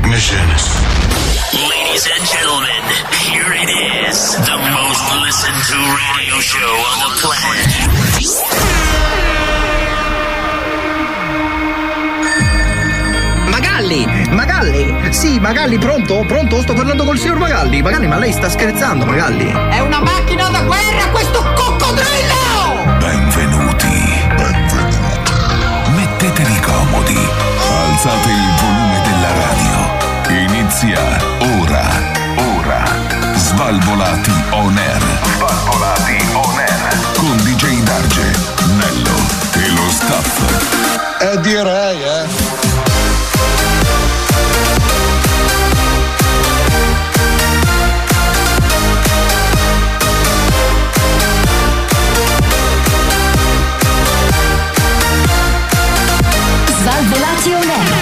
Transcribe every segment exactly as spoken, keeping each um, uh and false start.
ignition. Ladies and gentlemen, here it is, the most listened to radio show on the planet. Magalli, Magalli, sì, Magalli, pronto? Pronto? Sto parlando col signor Magalli. Magalli, ma lei sta scherzando, Magalli? È una macchina da guerra, questo coccodrillo! Benvenuti. Benvenuti. Mettetevi comodi. Alzate il volume della radio. Inizia ora, ora. Svalvolati on air. Svalvolati on air. Con D J Darge, Nello e lo staff. Eh direi, eh. Svalvolati on air.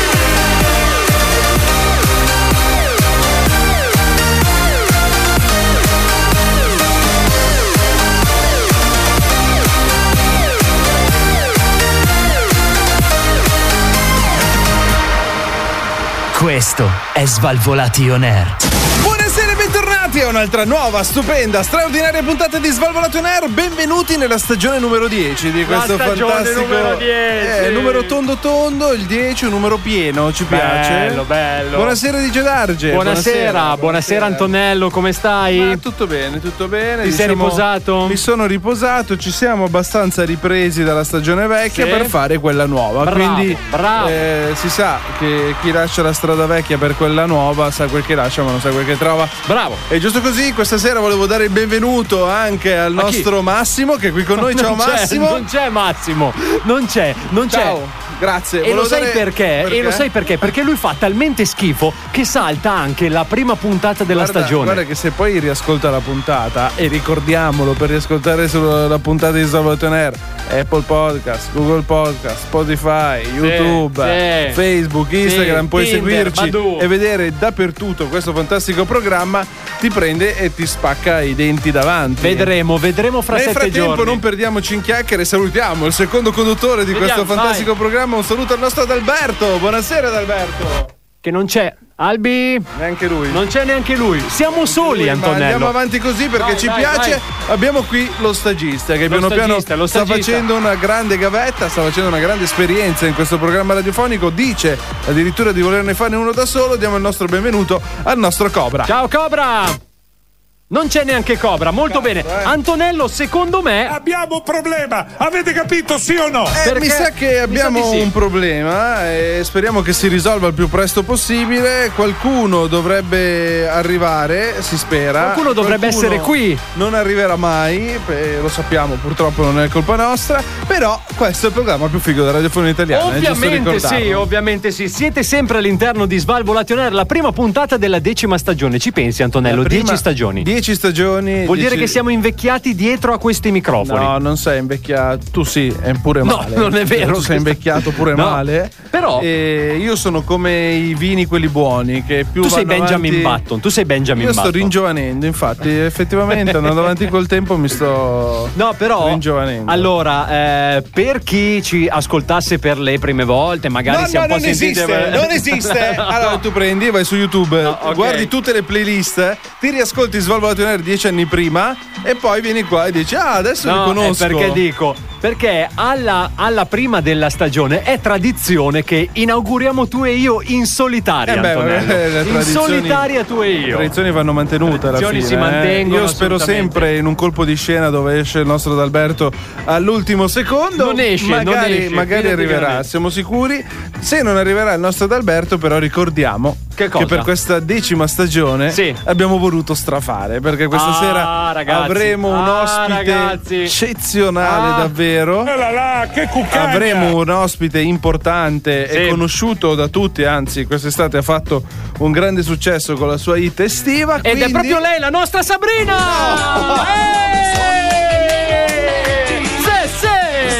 Questo è Svalvolati on air. Buonasera e bentornati a un'altra nuova, stupenda, straordinaria puntata di Svalvolati on air. Benvenuti nella stagione numero dieci di questo La stagione fantastico numero dieci. Eh, numero tondo tondo, il dieci, un numero pieno, ci piace. Bello, bello. Buonasera D J Darge. Buonasera, buonasera, buonasera, buonasera Antonello, come stai? Ma tutto bene, tutto bene. Ti sei riposato? Mi sono riposato, ci siamo abbastanza ripresi dalla stagione vecchia Sì. per fare quella nuova. Bravo, Quindi bravo. eh, si sa che chi lascia la strada vecchia per quella nuova sa quel che lascia ma non sa quel che trova. Bravo. E giusto così, questa sera volevo dare il benvenuto anche al A chi? nostro Massimo che è qui con noi. Ciao Non c'è, Massimo. Non c'è Massimo, non c'è, non c'è. Ciao. Grazie. E Volevo lo sai dare- perché? E lo sai perché? Perché lui fa talmente schifo che salta anche la prima puntata della Guarda, stagione. guarda che se poi riascolta la puntata, e ricordiamolo per riascoltare solo la puntata di Svalvolati on air, Apple Podcast, Google Podcast, Spotify, YouTube, sì. Facebook, Instagram, Sì, puoi Tinder, seguirci Badoo. e vedere dappertutto questo fantastico programma. Ti prende e ti spacca i denti davanti. Vedremo, vedremo fra Nel sette frattempo giorni. non perdiamoci in chiacchiere, salutiamo il secondo conduttore di Vediamo, questo fantastico programma. Un saluto al nostro Adalberto. Buonasera Adalberto. Che non c'è. Albi, Neanche lui. non c'è neanche lui. Siamo soli, Ma Antonello. andiamo avanti così perché Vai, ci vai, piace. vai. Abbiamo qui lo stagista che Lo piano stagista, piano lo sta stagista. facendo una grande gavetta, sta facendo una grande esperienza in questo programma radiofonico. Dice addirittura di volerne farne uno da solo. Diamo il nostro benvenuto al nostro Cobra. Ciao Cobra! Non c'è neanche Cobra, molto Cazzo, bene. eh. Antonello, secondo me. Abbiamo un problema, avete capito sì o no? Eh, Perché? mi sa che abbiamo Mi sa di sì. un problema e speriamo che si risolva il più presto possibile. Qualcuno dovrebbe arrivare, si spera. Qualcuno dovrebbe Qualcuno essere qui. Non arriverà mai, eh, lo sappiamo, purtroppo non è colpa nostra. Però questo è il programma più figo della radiofonia italiana. è giusto Ovviamente ricordarlo. sì, ovviamente sì. Siete sempre all'interno di Svalvolati on air, la prima puntata della decima stagione. Ci pensi, Antonello? La prima- Dieci stagioni. Dieci stagioni. Vuol dire dieci- che siamo invecchiati dietro a questi microfoni. No, non sei invecchiato. Tu sì, è pure No, male. non è vero. Tu sei invecchiato pure No, male. però- E io sono come i vini quelli buoni che più Tu sei vanno Benjamin avanti- Button. Tu sei Benjamin Io sto Button. ringiovanendo, infatti, effettivamente andando avanti col tempo mi sto No, però. ringiovanendo. Allora, eh, per chi ci ascoltasse per le prime volte, magari No, si è no, un po' non sentite. esiste, non esiste. Allora tu prendi, vai su YouTube, No, ok. guardi tutte le playlist, ti riascolti Svalvolati on air dieci anni prima e poi vieni qua e dici "Ah, adesso li No, conosco". è perché dico, perché alla, alla prima della stagione è tradizione che inauguriamo tu e io in solitaria, Eh beh, Antonello. eh, le in tradizioni- solitaria tu e Le io. tradizioni vanno mantenute alla Tradizioni fine. si eh. mantengono Io spero assolutamente. sempre in un colpo di scena dove esce il nostro Adalberto all'ultimo secondo. Non esce, magari, non esce, magari fidati che arriverà, non esce. siamo sicuri. Se non arriverà il nostro Adalberto, però ricordiamo Che cosa? per questa decima stagione Sì. abbiamo voluto strafare perché questa Ah, sera ragazzi. avremo un Ah, ospite ragazzi. eccezionale Ah. davvero. Eh là là, che cuccagna! Avremo un ospite importante Sì. e conosciuto da tutti, anzi quest'estate ha fatto un grande successo con la sua hit estiva. Ed è quindi- proprio lei, la nostra Sabrina! Eeeh! Sì, sì!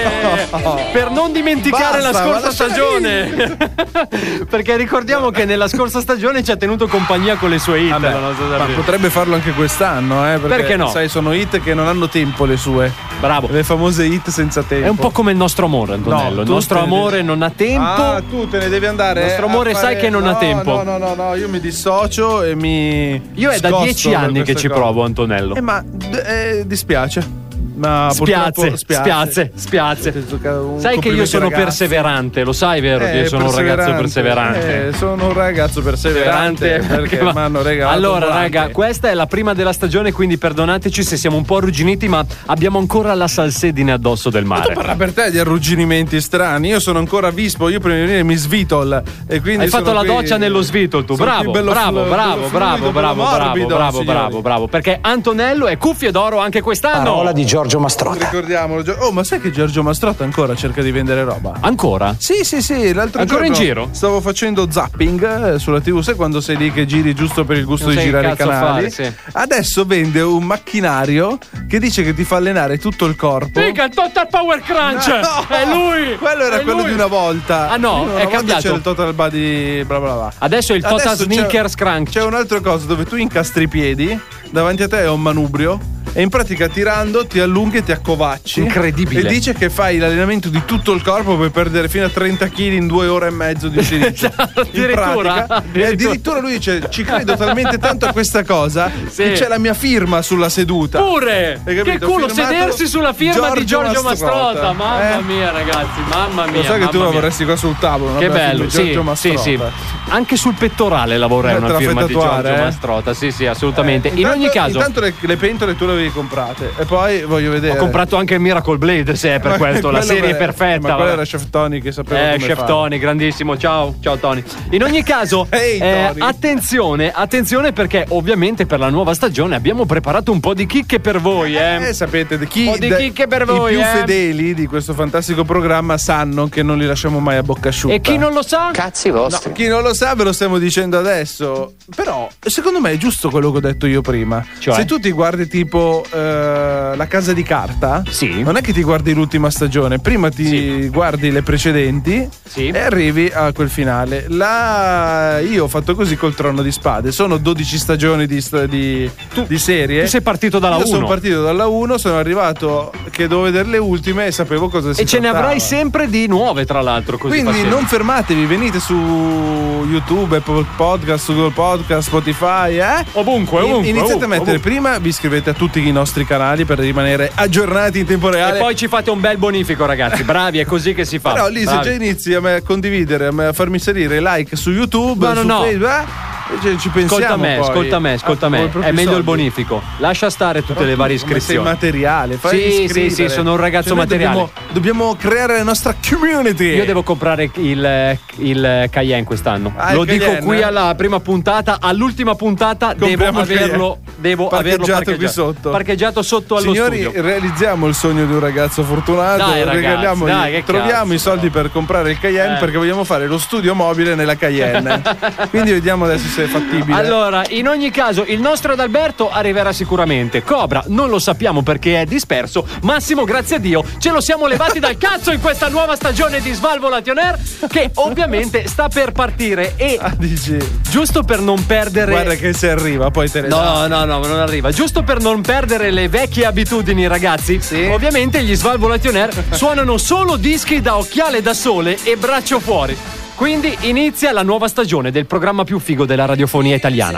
per non dimenticare Basta, la scorsa ma stagione. Perché ricordiamo che nella scorsa stagione ci ha tenuto compagnia con le sue hit. Vabbè, la nostra ma Sabrina. potrebbe farlo anche quest'anno, eh, perché, Perché no? sai, sono hit che non hanno tempo le sue. Bravo. Le famose hit senza tempo. È un po' come il nostro amore, Antonello. No, il tu nostro te ne amore devi- non ha tempo. Ah, tu te ne devi andare. Il nostro a amore fare- sai che non ha no, tempo. No, no, no, no, io mi dissocio e mi. Io è da scosto dieci per anni che queste ci cose. provo, Antonello. Eh, ma eh, dispiace. Ma Spiazze, purtroppo spiazze, spiazze. Un Sai che io complimenti, sono ragazzi. perseverante, lo sai, vero? che Eh, io sono un ragazzo perseverante. Eh, sono un ragazzo perseverante perché mi hanno regalato. Allora, un raga, volante. questa è la prima della stagione, quindi perdonateci se siamo un po' arrugginiti, ma abbiamo ancora la salsedine addosso del Ma tu mare. parla per te di arrugginimenti strani. Io sono ancora vispo. Io prima di venire mi svitol. E quindi Hai fatto sono la qui- doccia nello svitol tu, sono bravo, qui bello bravo, flu- bravo, bello bravo, fluido, bravo, bello bravo, morbido, bravo, signori. bravo, bravo, perché Antonello è cuffie d'oro anche quest'anno. Parola di Giorgio Mastrota. Ricordiamolo. Gio- Oh, ma sai che Giorgio Mastrotta ancora cerca di vendere roba? Ancora? Sì, sì, sì. L'altro Ancora in giorno giro? Stavo facendo zapping eh, sulla tivù. Sai quando sei lì che giri giusto per il gusto Non di sai girare che i cazzo canali? fare, sì. Adesso vende un macchinario che dice che ti fa allenare tutto il corpo. Figa, il Total Power Crunch! No! È lui! Quello era È quello lui! di una volta. Ah, no? Una È volta cambiato. C'era il Total Body bla bla bla. Adesso è il Total Adesso c'è- Sneakers Crunch. C'è un'altra cosa dove tu incastri i piedi, davanti a te è un manubrio e in pratica tirando ti allunghi e ti accovacci. Incredibile. E dice che fai l'allenamento di tutto il corpo per perdere fino a trenta chili in due ore e mezzo di utilizzo. In Addirittura? pratica. Addirittura. E addirittura lui dice: ci credo talmente tanto a questa cosa Sì. che c'è la mia firma sulla seduta. Pure! Hai Che capito? culo Firmato sedersi sulla firma di Giorgio Mastrota. Mamma Eh? mia, ragazzi, mamma mia. Lo sai che tu mamma la mia. vorresti qua sul tavolo. Che una bella bello, firma di sì, Giorgio sì, sì. Mastrota. Anche sul pettorale la vorrei Eh, una te la fai firma di tatuare, Giorgio eh? Mastrota. Sì, sì, assolutamente. In Intanto- ogni caso, Intanto le, le pentole tu le avevi comprate. E poi voglio vedere. ho comprato anche il Miracle Blade, se è per Ma questo, la quello serie era- perfetta. Ma quello vabbè. era Chef Tony che sapeva Eh, come Chef fare. Tony, grandissimo. Ciao, ciao Tony. In ogni caso, Ehi, eh, Tony. attenzione, attenzione perché ovviamente per la nuova stagione abbiamo preparato un po' di chicche per voi, eh. Eh, sapete, di chi, Un po' di da- chicche per i voi, più eh. fedeli di questo fantastico programma sanno che non li lasciamo mai a bocca asciutta. E chi non lo sa? Cazzi vostri. No, chi non lo sa ve lo stiamo dicendo adesso. Però, secondo me è giusto quello che ho detto io prima. Cioè? Se tu ti guardi tipo eh, La Casa di Carta, Sì. non è che ti guardi l'ultima stagione, prima ti Sì. guardi le precedenti Sì. e arrivi a quel finale. La... Io ho fatto così col Trono di Spade. Sono dodici stagioni di, sta- di, di serie. Tu sei partito dalla Io sono uno. partito dalla uno, sono arrivato che dovevo vedere le ultime e sapevo cosa si E ce ne trattava. avrai sempre di nuove, tra l'altro. Così Quindi facendo. non fermatevi, venite su YouTube, Apple Podcast, Google Podcast, Spotify, eh? Ovunque, In- ovunque, Iniziate ovunque, a mettere ovunque. prima, vi iscrivete a tutti i nostri canali per rimanere aggiornati in tempo reale. E poi ci fate un bel bonifico, ragazzi. Bravi, è così che si fa. Però lì se Bravi. già inizi a me- condividere, a me- a farmi salire like su YouTube, No, no, su no. Facebook, eh, e ci pensiamo. Ascolta me, poi. ascolta me, ascolta Ah, me. vuoi È proprio meglio il soldi? bonifico. Lascia stare tutte Però le tu, varie come sei iscrizioni. materiale, fai Sì, sì, iscrivere. sì, sono un ragazzo Cioè, noi materiale. Dobbiamo, dobbiamo creare la nostra community. Io devo comprare il, il Cayenne quest'anno. Ah, il Lo dico Cayenne? qui alla prima puntata, all'ultima puntata devo Compriamo il averlo, devo averlo Parcheggiato parcheggiato qui sotto. Parcheggiato sotto allo Signori, studio. realizziamo il sogno di un ragazzo fortunato. Dai, ragazzi, regaliamogli- dai, che troviamo cazzo, i soldi però. per comprare il Cayenne Eh. perché vogliamo fare lo studio mobile nella Cayenne. Quindi vediamo adesso se è fattibile. Allora, in ogni caso, il nostro Adalberto arriverà sicuramente. Cobra, non lo sappiamo perché è disperso. Massimo, grazie a Dio, ce lo siamo levati dal cazzo in questa nuova stagione di Svalvolation Air, che ovviamente sta per partire. E Ah, dici, giusto per non perdere. guarda che se arriva, poi te ne dà. No, no, no, non arriva. Giusto per non perdere le vecchie abitudini, ragazzi. Sì. Ovviamente gli Svalvolation Air suonano solo dischi da occhiale da sole e braccio fuori. Quindi inizia la nuova stagione del programma più figo della radiofonia italiana.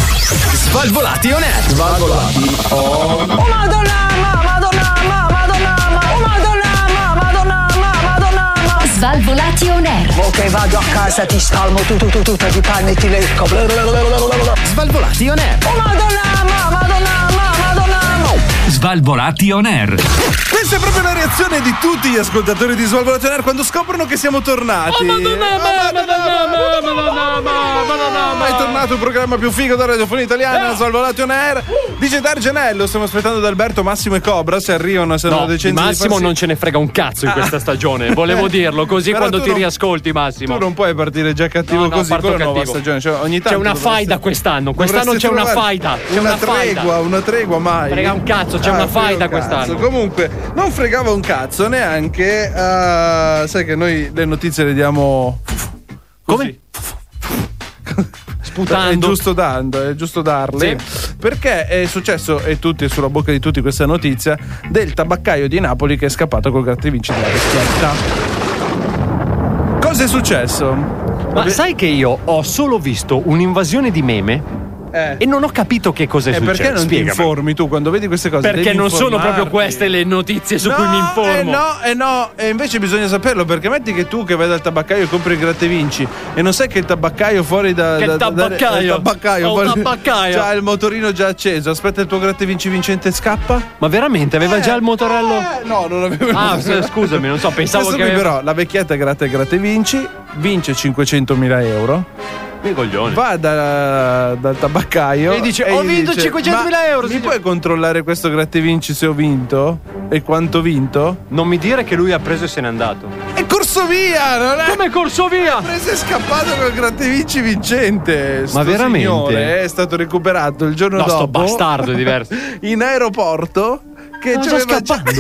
Svalvolati on air. Oh Madonna, ma, Madonna, ma, Madonna, ma, oh Madonna, ma, Madonna, ma, Madonna, ma. Svalvolati on air. Ok, vado a casa, ti spalmo tu tu tu tu ti panni e ti lecco. Oh Svalvolati on air. Madonna, ma, Madonna, ma, Madonna, ma. Svalvolati on air. Questa è proprio la reazione di tutti gli ascoltatori di Svalvolation Air quando scoprono che siamo tornati. Oh, Madonna, Oh, ma, Madonna, ma, Madonna, ma, Madonna, ma. È tornato il programma più figo della radiofonia italiana, Svalvolation Air. Dice Dargenello, stiamo aspettando Alberto, Massimo e Cobra. Se arrivano, se No, hanno di decenti di Massimo farsi- non ce ne frega un cazzo in questa stagione. Volevo dirlo, così Però quando tu ti non- riascolti, Massimo. Tu non puoi partire già cattivo No, no, così parto con la nuova cattivo. stagione. Cioè, ogni tanto C'è una dovreste- faida quest'anno. Quest'anno dovreste c'è una trovare faida. C'è Una, una faida. tregua, una tregua mai. Frega un cazzo, c'è Ah, una faida un cazzo. quest'anno. Comunque, non fregava un cazzo neanche. Uh, sai che noi le notizie le diamo. Così. Come? Sputando. È giusto dando, è giusto darle. Sì. Perché è successo, e tutti è sulla bocca di tutti questa notizia, del tabaccaio di Napoli che è scappato col grattavinci della vecchietta. Cosa è successo? Ma Vabbè. sai che io ho solo visto un'invasione di meme Eh. e non ho capito che cosa è E successo. perché non Spiegami. ti informi tu quando vedi queste cose? Perché devi non sono informarti. proprio queste le notizie su no, cui mi informo. Eh no, eh no, e invece bisogna saperlo, perché metti che tu che vai dal tabaccaio e compri il grattavinci e non sai che il tabaccaio fuori da... Che da, da- tabaccaio? il tabaccaio, Oh, fuori- tabaccaio. C'ha il motorino già acceso, aspetta il tuo grattavinci vincente e scappa? Ma veramente aveva già il motorello? Eh, no, non avevo il Ah, motorello. s- scusami, non so, pensavo Questo che qui aveva... però, la vecchietta gratta il grattavinci, vince cinquecentomila euro. Che coglione. Va da- dal tabaccaio E dice, e "Ho gli vinto dice, cinquecentomila "Ma euro, Mi signor." puoi controllare questo grattavinci se ho vinto? E quanto ho vinto? Non mi dire che lui ha preso e se n'è andato. È corso via, non è? Come corso via? Ha preso e scappato col grattavinci vincente. Sto Ma veramente? signore è stato recuperato il giorno No, dopo. sto bastardo è diverso. In aeroporto. Che Ma sta c'aveva già- scappando.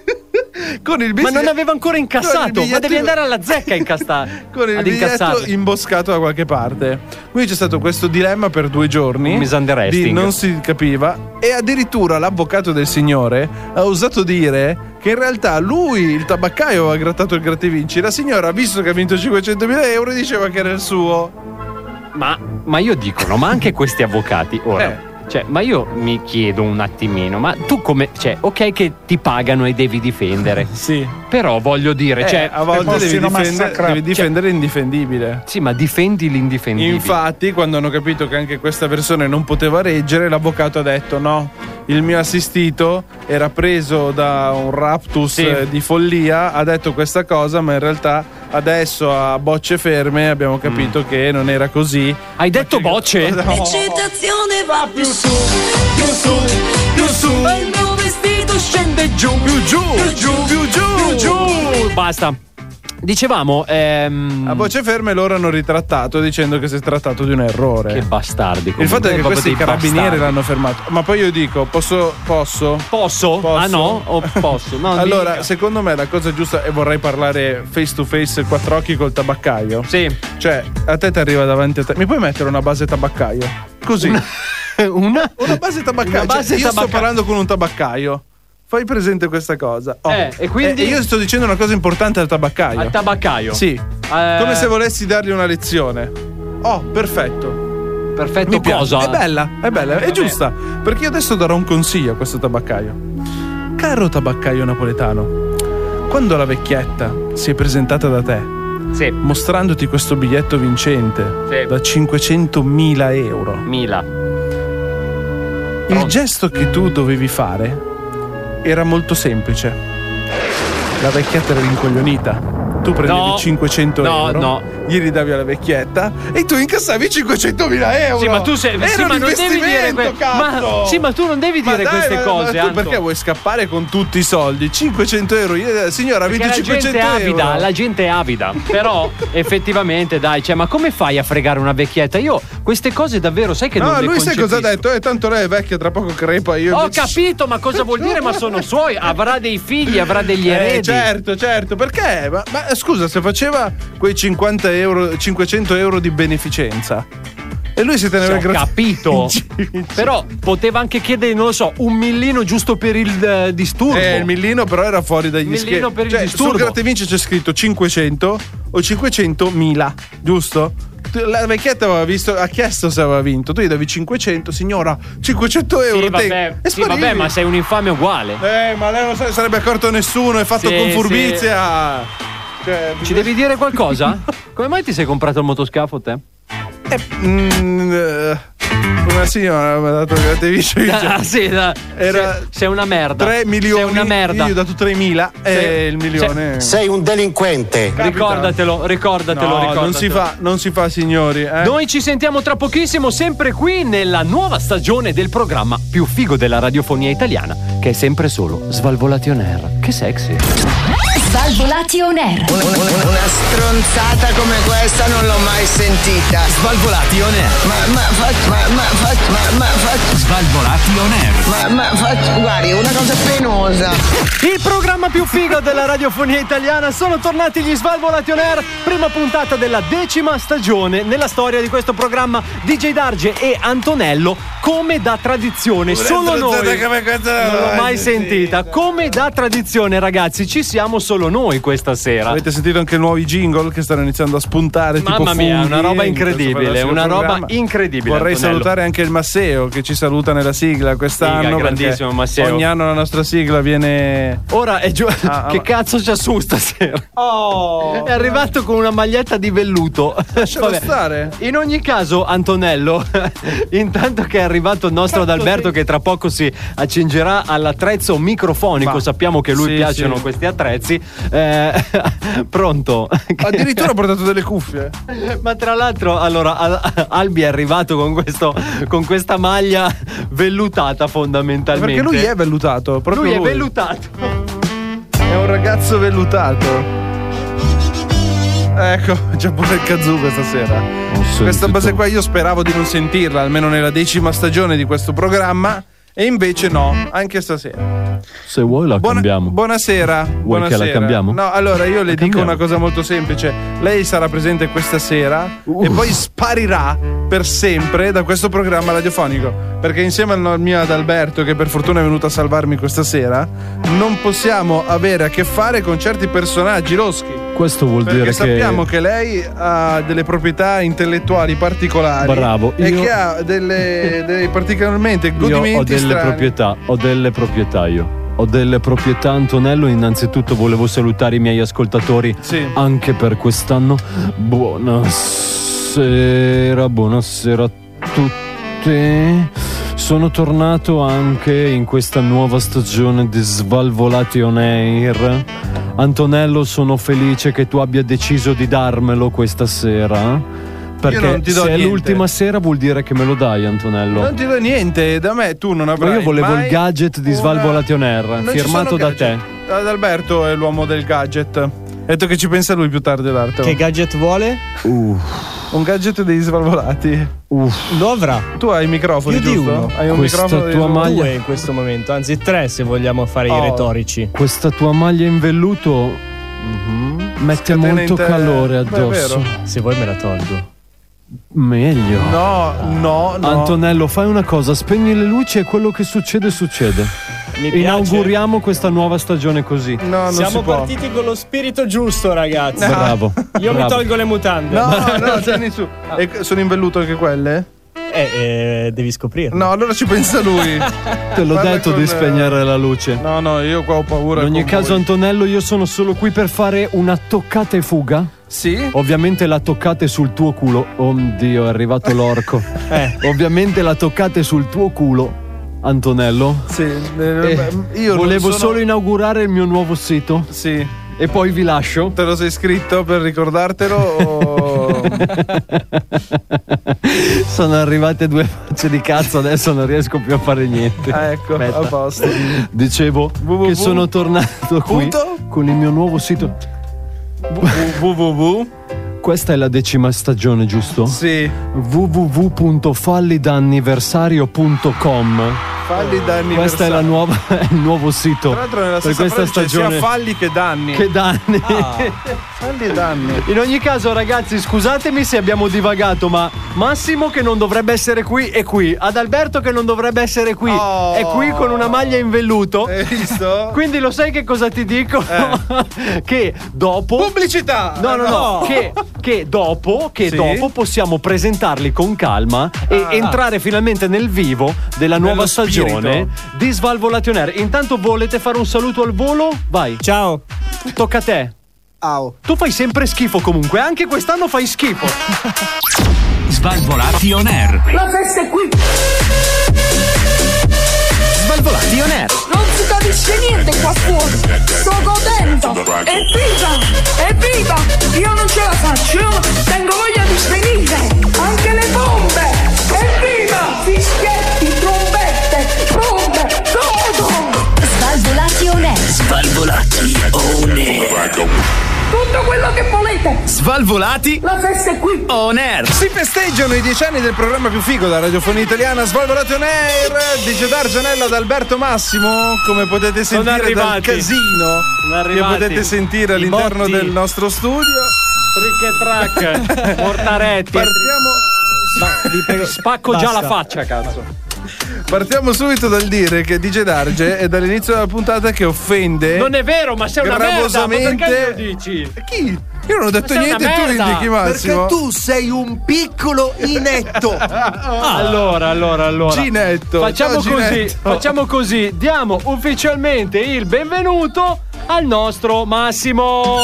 con il Ma biglietto- non aveva ancora con il incassato. Ma biglietto- devi andare alla zecca a incastare. con il ad biglietto incassarlo. imboscato da qualche parte. Quindi c'è stato questo dilemma per due giorni. Un misunderstanding. Di non si capiva. E addirittura l'avvocato del signore ha osato dire che in realtà lui, il tabaccaio, aveva grattato il grattavinci. La signora, visto che ha vinto cinquecentomila euro, diceva che era il suo. Ma, ma io dico, no, ma anche questi avvocati ora. Eh. Cioè, ma io mi chiedo un attimino, ma tu come. Cioè, ok che ti pagano e devi difendere. Sì. Però voglio dire, Eh, cioè. a volte devi possino difendere, massacrare. devi difendere l'indifendibile. Sì, ma difendi l'indifendibile. Infatti, quando hanno capito che anche questa versione non poteva reggere, l'avvocato ha detto: no, il mio assistito era preso da un raptus Sì. eh, di follia, ha detto questa cosa, ma in realtà adesso a bocce ferme abbiamo capito Mm. che non era così. Hai detto bocce? No. L'eccitazione va più su, Più su, più su, e il mio vestito scende giù. più giù, più giù, più giù, Più giù. Basta. Dicevamo, ehm, A bocce ferme loro hanno ritrattato dicendo che si è trattato di un errore. che bastardi. Il fatto è che comunque, questi proprio dei carabinieri bastardi. l'hanno fermato. Ma poi io dico, posso? Posso? Posso? Posso? Ah no? O posso? No, Allora, dica. secondo me la cosa giusta, e vorrei parlare face to face, quattro occhi col tabaccaio. Sì. Cioè, a te ti arriva davanti a te. Mi puoi mettere una base tabaccaio? Così. Una, Una? base tabaccaio. Una base Cioè, io sto tabaccaio. parlando con un tabaccaio. Fai presente questa cosa. Oh. Eh, e quindi? E io sto dicendo una cosa importante al tabaccaio. Al tabaccaio. Sì. Eh, Come se volessi dargli una lezione. Oh, perfetto. Perfetto Mi piace. cosa? È bella, è bella, è Vabbè. giusta. Perché io adesso darò un consiglio a questo tabaccaio. Caro tabaccaio napoletano, quando la vecchietta si è presentata da te, Sì. mostrandoti questo biglietto vincente Sì. da cinquecentomila euro, Mila. il Pronto. gesto che tu dovevi fare era molto semplice. La vecchietta era rincoglionita. Tu prendevi No. cinquecento No, euro, no. gli ridavi alla vecchietta e tu incassavi cinquecentomila euro. Sì, ma tu sei. Era sì, un ma non devi dire investimento, que- cazzo! ma, sì, ma tu non devi Ma dire dai, queste ma- cose. ma tu Anto. perché vuoi scappare con tutti i soldi? cinquecento euro. Io- Signora, ha Perché vinto la gente cinquecento è avida, euro. la gente è avida. Però, effettivamente, dai, cioè, ma come fai a fregare una vecchietta? Io queste cose davvero, sai che non No, le lui sai cosa ha concepisco. detto? Eh, tanto lei è vecchia, tra poco crepa. Io Ho invece- capito, ma cosa vuol dire? Ma sono suoi, avrà dei figli, avrà degli Eh, eredi. certo, certo, perché? Ma, ma scusa, se faceva quei cinquanta euro, cinquecento euro di beneficenza e lui si teneva Ho il gra- capito. Però poteva anche chiedere, non lo so, un millino giusto per il eh, disturbo. Eh, il millino però era fuori dagli Millino schemi. per il Cioè, disturbo. sul grattavinci c'è scritto cinquecento o cinquecentomila, giusto? Tu- La vecchietta aveva visto, ha chiesto se aveva vinto. Tu gli davi cinquecento, signora, cinquecento euro. Sì, te- vabbè, e sì, sparivi. vabbè, ma sei un infame uguale. Eh, ma lei non se ne sarebbe accorto nessuno, è fatto Sì, con sì. furbizia. Cioè, Ci devi dire qualcosa? Come mai ti sei comprato il motoscafo te? eh, mm, eh, una signora mi ha dato il grattavinci. Ah, sì, da- Era sei, sei una merda. tre milioni. Sei una merda. Io gli ho dato tremila e Sì. il milione. Sei un delinquente. Ricordatelo, ricordatelo, No, ricordatelo. non si fa, non si fa, signori. Eh? Noi ci sentiamo tra pochissimo, sempre qui nella nuova stagione del programma più figo della radiofonia italiana, che è sempre solo Svalvolation Air. Che sexy. Svalvolati on air. Una, una, una stronzata come questa non l'ho mai sentita. Svalvolati on air. Ma, ma, fa, ma, ma, fa, ma, ma, fa, Svalvolati on air. ma, ma, fa, guardi, una cosa penosa. Il programma più figo della radiofonia italiana, sono tornati gli Svalvolati on air, prima puntata della decima stagione. Nella storia di questo programma D J Darge e Antonello, come da tradizione, solo noi, non l'ho mai sentita, come da tradizione ragazzi, ci siamo solo noi questa sera. Avete sentito anche nuovi jingle che stanno iniziando a spuntare? Mamma tipo mia, funghi, una roba in incredibile, questo una roba programma. incredibile. Vorrei Antonello. salutare anche il Masseo che ci saluta nella sigla quest'anno. Figa, grandissimo perché Masseo. Ogni anno la nostra sigla viene. Ora è giù. Ah, che ma- cazzo c'ha su stasera? Oh! È arrivato con una maglietta di velluto. Lascialo Vabbè. stare. In ogni caso, Antonello, intanto che è arrivato il nostro Adalberto, che tra poco si accingerà all'attrezzo microfonico, Ma- sappiamo che a lui sì, piacciono sì. questi attrezzi. Eh, pronto? Addirittura ha portato delle cuffie. Ma tra l'altro, allora, Al- Albi è arrivato con, questo, con questa maglia vellutata fondamentalmente. Perché lui è vellutato. Proprio Lui lui è vellutato. È un ragazzo vellutato. Ecco, c'è pure il kazoo questa sera. Questa base qua io speravo di non sentirla, almeno nella decima stagione di questo programma. E invece no, anche stasera. Se vuoi la Buona- cambiamo. Buonasera. Vuoi buonasera. che la cambiamo? No, allora io le dico cambiamo. una cosa molto semplice. Lei sarà presente questa sera e poi sparirà per sempre da questo programma radiofonico. Perché insieme al mio Adalberto, che per fortuna è venuto a salvarmi questa sera, non possiamo avere a che fare con certi personaggi loschi. Questo vuol Perché dire sappiamo che. che lei ha delle proprietà intellettuali particolari. Bravo, E io- che ha delle, dei particolarmente Io godimenti ho delle strani. proprietà, ho delle proprietà io. Ho delle proprietà, Antonello. Innanzitutto volevo salutare i miei ascoltatori Sì. anche per quest'anno. Buonasera, buonasera a tutti. Sono tornato anche in questa nuova stagione di Svalvolati on Air. Antonello, sono felice che tu abbia deciso di darmelo questa sera. Perché non ti do se è niente. l'ultima sera vuol dire che me lo dai, Antonello. Non ti do niente, da me tu non avrai Ma io volevo mai il gadget di una- Svalvolati on Air, Non ci firmato sono da gadget. te. Adalberto è l'uomo del gadget. Ha detto che ci pensa lui più tardi l'arte. Che gadget vuole? Uh, Un gadget degli Svalvolati. Lo avrà. Tu hai i microfoni, Più di giusto? uno. Hai un Questa microfono tua degli maglia- Due in questo momento, anzi tre se vogliamo fare Oh. i retorici. questa tua maglia in velluto mhm, mette Scatena molto in te- calore Beh, è addosso. vero. Se vuoi me la tolgo. Meglio. No, no, no. Antonello, fai una cosa, spegni le luci e quello che succede succede. Mi piace. Inauguriamo questa nuova stagione così. No, non Siamo si può. partiti con lo spirito giusto, ragazzi. Bravo. Io mi bravo. tolgo le mutande. No, no, tieni su. E sono in velluto anche quelle? Eh, eh, devi scoprirlo. No, allora ci pensa lui. Te l'ho Parla detto con- di spegnere la luce. No, no, io qua ho paura. In ogni con caso, voi. Antonello, io sono solo qui per fare una toccata e fuga. Sì? Ovviamente la toccate sul tuo culo. Oh Dio, è arrivato l'orco. Eh. Ovviamente la toccate sul tuo culo, Antonello. Sì. Eh, Eh, io non volevo sono- solo inaugurare il mio nuovo sito. Sì. E poi vi lascio. Te lo sei scritto per ricordartelo o... Sono arrivate due facce di cazzo, adesso non riesco più a fare niente. Ah, ecco, Aspetta. a posto. Dicevo www. che sono tornato qui Punto? con il mio nuovo sito. www. Questa è la decima stagione, giusto? Sì. w w w punto fallidanniversario punto com. Falli danni. Questa è la nuova, è il nuovo sito Tra l'altro nella per stessa questa frase c'è stagione. sia falli che danni. Che danni. Falli e danni. In ogni caso, ragazzi, scusatemi se abbiamo divagato, ma Massimo che non dovrebbe essere qui è qui. Adalberto che non dovrebbe essere qui Oh. è qui con una maglia in velluto. Hai visto? Quindi lo sai che cosa ti dico? Che dopo Pubblicità! No, no, no, Che, che dopo Che Sì? dopo possiamo presentarli con calma e Ah. entrare finalmente nel vivo della nuova Nello stagione spirito. di Svalvolati on Air. Intanto volete fare un saluto al volo? Vai. Ciao. Tocca a te. Au. Tu fai sempre schifo comunque, anche quest'anno fai schifo. Svalvolati on air. La festa è qui! Svalvolati on air. Non si capisce niente qua fuori! Sto godendo! Evviva! Evviva! Io non ce la faccio! Io tengo voglia di svenire! Anche le bombe! Evviva! Fischietti, trombette, bombe! Godo! Svalvolati on air. Svalvolati on air. Niente! Svalvolati La festa è qui! on air. Si festeggiano i dieci anni del programma più figo della radiofonia italiana, Svalvolati on air. D J D'Argenello ad Alberto Massimo, come potete Sono sentire dal arrivati. casino Sono che arrivati. potete sentire I all'interno botti. del nostro studio. Trick e track, Mortaretti. Partiamo, Ma vi prego- Spacco basta. già la faccia, cazzo. partiamo subito dal dire che D J Darge è dall'inizio della puntata che offende Non è vero, ma sei una merda. Ma gravosamente. perché lo dici? Chi? Io non ho detto Ma sei niente, una tu merda. indichi Massimo. Perché tu sei un piccolo inetto. Allora, allora, allora. Ginetto. Facciamo Ciao, così, Ginetto. facciamo così. Diamo ufficialmente il benvenuto al nostro Massimo.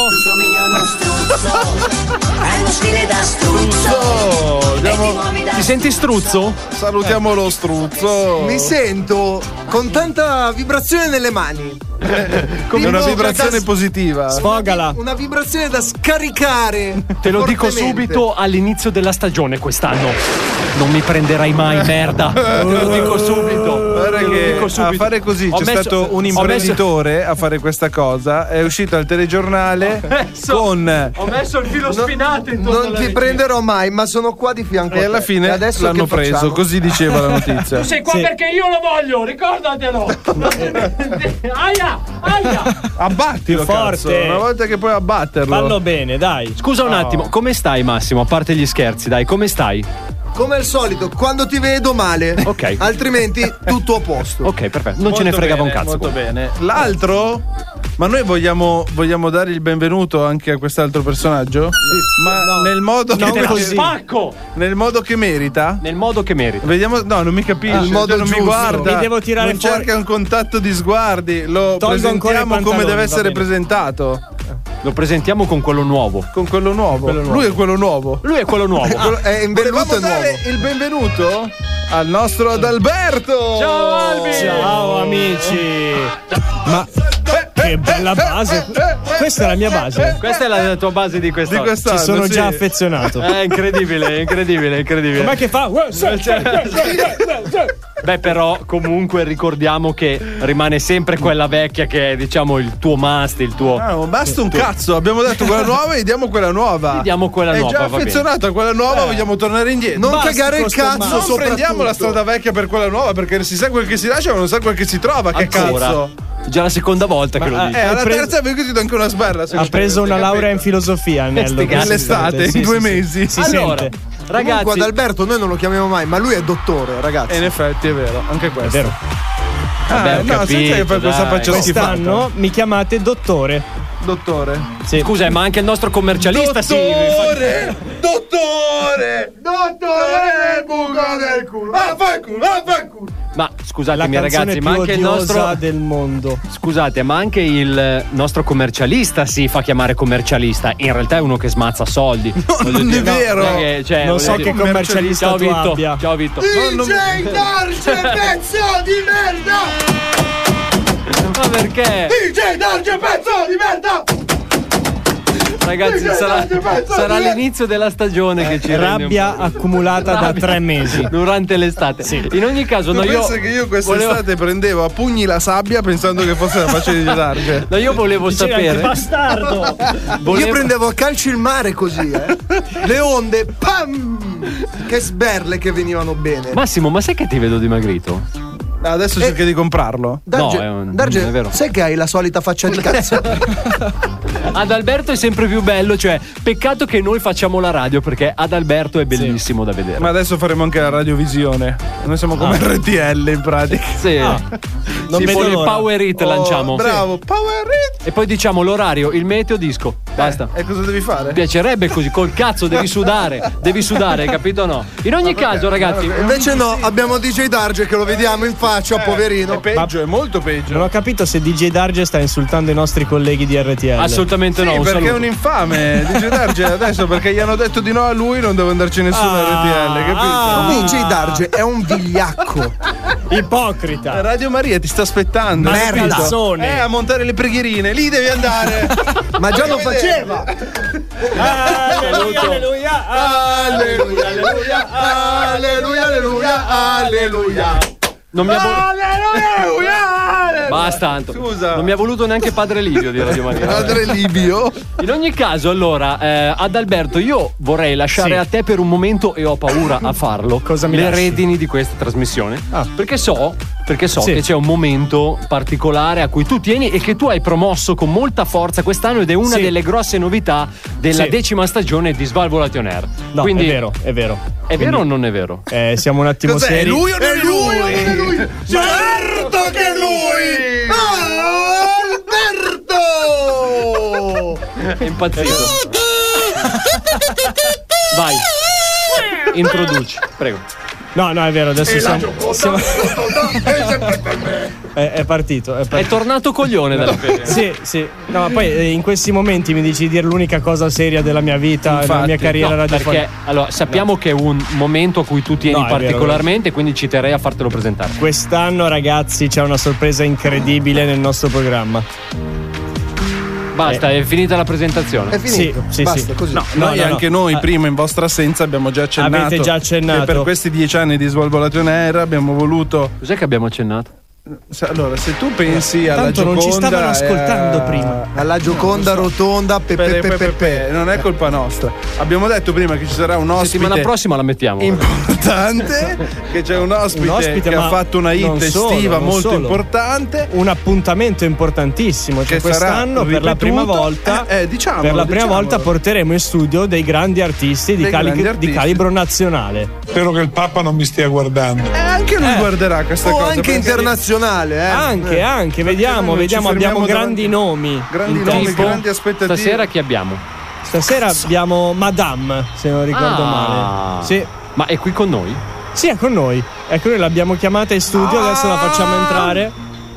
Hai uno stile da struzzo. Diamo- Ti senti struzzo? Salutiamo lo struzzo. Mi sento con tanta vibrazione nelle mani. È Di una nuovo vibrazione da- positiva. Sfogala. Una vibrazione da scaricare. Te lo dico fortemente. subito all'inizio della stagione quest'anno. Non mi prenderai mai, merda. Te lo dico subito. Guarda Te lo che dico a subito. fare così Ho c'è messo- stato un ho messo- imprenditore a fare questa cosa. È uscito al telegiornale messo- con. Ho messo il filo spinato intorno Non alla ti regia. prenderò mai, ma sono qua di fianco a E te. alla fine E adesso l'hanno che preso, facciamo? così diceva la notizia. Tu sei qua Sì. perché io lo voglio, ricordatelo. Aia, aia. Abbattilo, Più cazzo. forte. Una volta che puoi abbatterlo. Fallo bene, dai. Scusa un attimo, come stai Massimo? A parte gli scherzi, dai, come stai? Come al solito, quando ti vedo male. Ok. Altrimenti tutto a posto. Ok, perfetto. Non ce ne fregava un cazzo. Molto bene. L'altro? Ma noi vogliamo, vogliamo dare il benvenuto anche a quest'altro personaggio? Sì. Ma No. nel modo Non che così. Spacco! nel modo che merita? Nel modo che merita. Vediamo, no, non mi capisce. Il modo cioè, non mi giusto. guarda. Mi devo tirare non fuori- cerca un contatto di sguardi. Lo Tolgo ancora i presentiamo come pantaloni, deve va essere bene. presentato. Lo presentiamo con quello nuovo. Con quello nuovo. Quello nuovo. Lui è quello nuovo. Lui è quello nuovo. Quello- È in velluto Volevamo e nuovo. dare il benvenuto al nostro Adalberto. Ciao Albi! Ciao amici. Ma che bella base. Questa è la mia base. Questa è la tua base di Di quest'anno. quest'anno. Ci sono sì. già affezionato. È incredibile, è incredibile, è incredibile. Com'è che fa? Beh, però, comunque ricordiamo che rimane sempre quella vecchia che è, diciamo, il tuo must, il tuo. Ah, non basta un cazzo, abbiamo detto quella nuova e diamo quella nuova. Gli diamo quella È nuova, già va bene. affezionato a quella nuova, vogliamo tornare indietro. Non Basta cagare il con sto cazzo, ma- Non soprattutto. prendiamo la strada vecchia per quella nuova, perché si sa quel che si lascia, ma non sa quel che si trova. Che Ancora. cazzo? Già la seconda volta che lo Ma- dici. Eh, Hai alla preso- terza vedo che ti do anche una sberla. Ha preso una laurea in filosofia, Nello. Sti cazzi. Nell'estate, in due mesi. Si Allora, sente. Comunque ragazzi, Adalberto noi non lo chiamiamo mai, ma lui è dottore, ragazzi. E in effetti è vero, anche questo. È vero. vabbè, ho Ah, no, capito, senza che fai questa dai. faccia schifata. Quest'anno mi chiamate dottore. Dottore. Sì. scusa, ma anche il nostro commercialista si Dottore! Dottore! Dottore! Buco del culo! Vaffanculo, vaffanculo! Ma La scusatemi canzone ragazzi, più ma anche il odiosa nostro del mondo. Scusate, ma anche il nostro commercialista si fa chiamare commercialista. In realtà è uno che smazza soldi. Voglio non è vero. non è che- cioè, Non voglio so dire- che commercialista Ciao tu Vitto. abbia. Ciao Vitto. Non- non- D J Darge, pezzo di merda! Ma perché? D J Darge, pezzo di merda! Ragazzi, sarà, sarà l'inizio della stagione che ci rende un Rabbia po'. accumulata da Rabbia. tre mesi. Durante l'estate. In ogni caso, Tu no, io pensa che io quest'estate volevo, prendevo a pugni la sabbia pensando che fosse la faccia di Darge. no, io volevo Dicevi anche, sapere. bastardo. volevo- Io prendevo a calci il mare così, eh. Le onde, pam! Che sberle che venivano bene. Massimo, ma sai che ti vedo dimagrito? Adesso cerca di comprarlo. Darge, no, è un- Darge, non è vero. sai che hai la solita faccia di cazzo? Adalberto è sempre più bello, cioè peccato che noi facciamo la radio perché Adalberto è bellissimo da vedere. Ma adesso faremo anche la radiovisione. Noi siamo come R T L in pratica. Sì. Non Sì, vedo poi il l'ora. Power Hit Oh, lanciamo. Bravo, Power Hit. E poi diciamo l'orario, il meteo, disco. Basta. E cosa devi fare? Mi piacerebbe così, col cazzo devi sudare, devi sudare, capito o no? In ogni caso, ragazzi, Invece no, abbiamo D J Darge che lo vediamo in faccia, poverino. È peggio, è molto peggio. Non ho capito se D J Darge sta insultando i nostri colleghi di R T L. assolutamente no. Sì, un perché è saluto. un infame. D J Darge adesso perché gli hanno detto di no a lui non deve andarci nessuno Ah, a R T L, capito? ah. D J Darge è un vigliacco. Ipocrita. Radio Maria ti sta aspettando. Merda. capito? Calzone. Eh, a montare le preghierine, lì devi andare. Ma già lo Devi faceva. Alleluia, alleluia, Alleluia, alleluia, alleluia, alleluia, alleluia. Non mi, abbo- Alleluia, alleluia. Basta, Anto. Scusa. Non mi ha voluto neanche Padre Livio di Radio Maria. Padre Livio. In ogni caso, allora, eh, ad Alberto, io vorrei lasciare Sì. a te per un momento, e ho paura a farlo, Cosa mi le lasci? redini di questa trasmissione. Ah. Perché so, perché so Sì. che c'è un momento particolare a cui tu tieni e che tu hai promosso con molta forza quest'anno, ed è una Sì. delle grosse novità della Sì. decima stagione di Svalvolation Air. No, Quindi, è vero, è vero. È Quindi, vero o non è vero? eh, siamo un attimo Cos'è? seri. Lui o non è lui? Non è lui? Certo che è lui! Ah, Alberto! È impazzito. Vai. Introduci, prego. No, no, è vero, adesso siamo, siamo- è, è partito, è È partito. tornato coglione dalla fede. Sì, sì. No, ma poi eh, in questi momenti mi dici di dire l'unica cosa seria della mia vita, della mia carriera No, radiofonica. perché allora sappiamo che è un momento a cui tu tieni No, è vero, particolarmente, quindi ci terrei a fartelo presentare. Quest'anno, ragazzi, c'è una sorpresa incredibile nel nostro programma. Basta, è finita la presentazione. È finito. Sì, sì, Basta, sì. così. No, Noi no, no. anche noi Ah. prima in vostra assenza abbiamo già accennato Avete già accennato. che per questi dieci anni di Svalvolation Air abbiamo voluto Cos'è che abbiamo accennato? se- allora se tu pensi alla Tanto non Gioconda ci stavano e ascoltando a- prima. Alla Gioconda rotonda, pepe, Pe- pe- pepe, pe- pepe. pe- non è colpa nostra. Abbiamo detto prima che ci sarà un ospite Settimana prossima la mettiamo. importante, che c'è un ospite, Un ospite, che ma ha fatto una hit non solo, estiva non molto solo. importante. Un appuntamento importantissimo, cioè Che sarà quest'anno per la prima ripetuto. volta Eh, eh, diciamolo, per la prima diciamolo. volta porteremo in studio dei grandi artisti di, Dei cali- grandi di artisti. calibro nazionale. Spero che il Papa non mi stia guardando. E anche lui Eh. guarderà questa O cosa. anche perché- internazionale, eh. Anche, Eh. anche, vediamo, noi vediamo, ci abbiamo fermiamo grandi nomi. Grandi in nomi, tempo. grandi aspettative. Stasera chi abbiamo? Stasera abbiamo Madame, se non ricordo Ah. male. Sì. Ma è qui con noi? Sì, è con noi. Ecco, noi l'abbiamo chiamata in studio, adesso la facciamo entrare.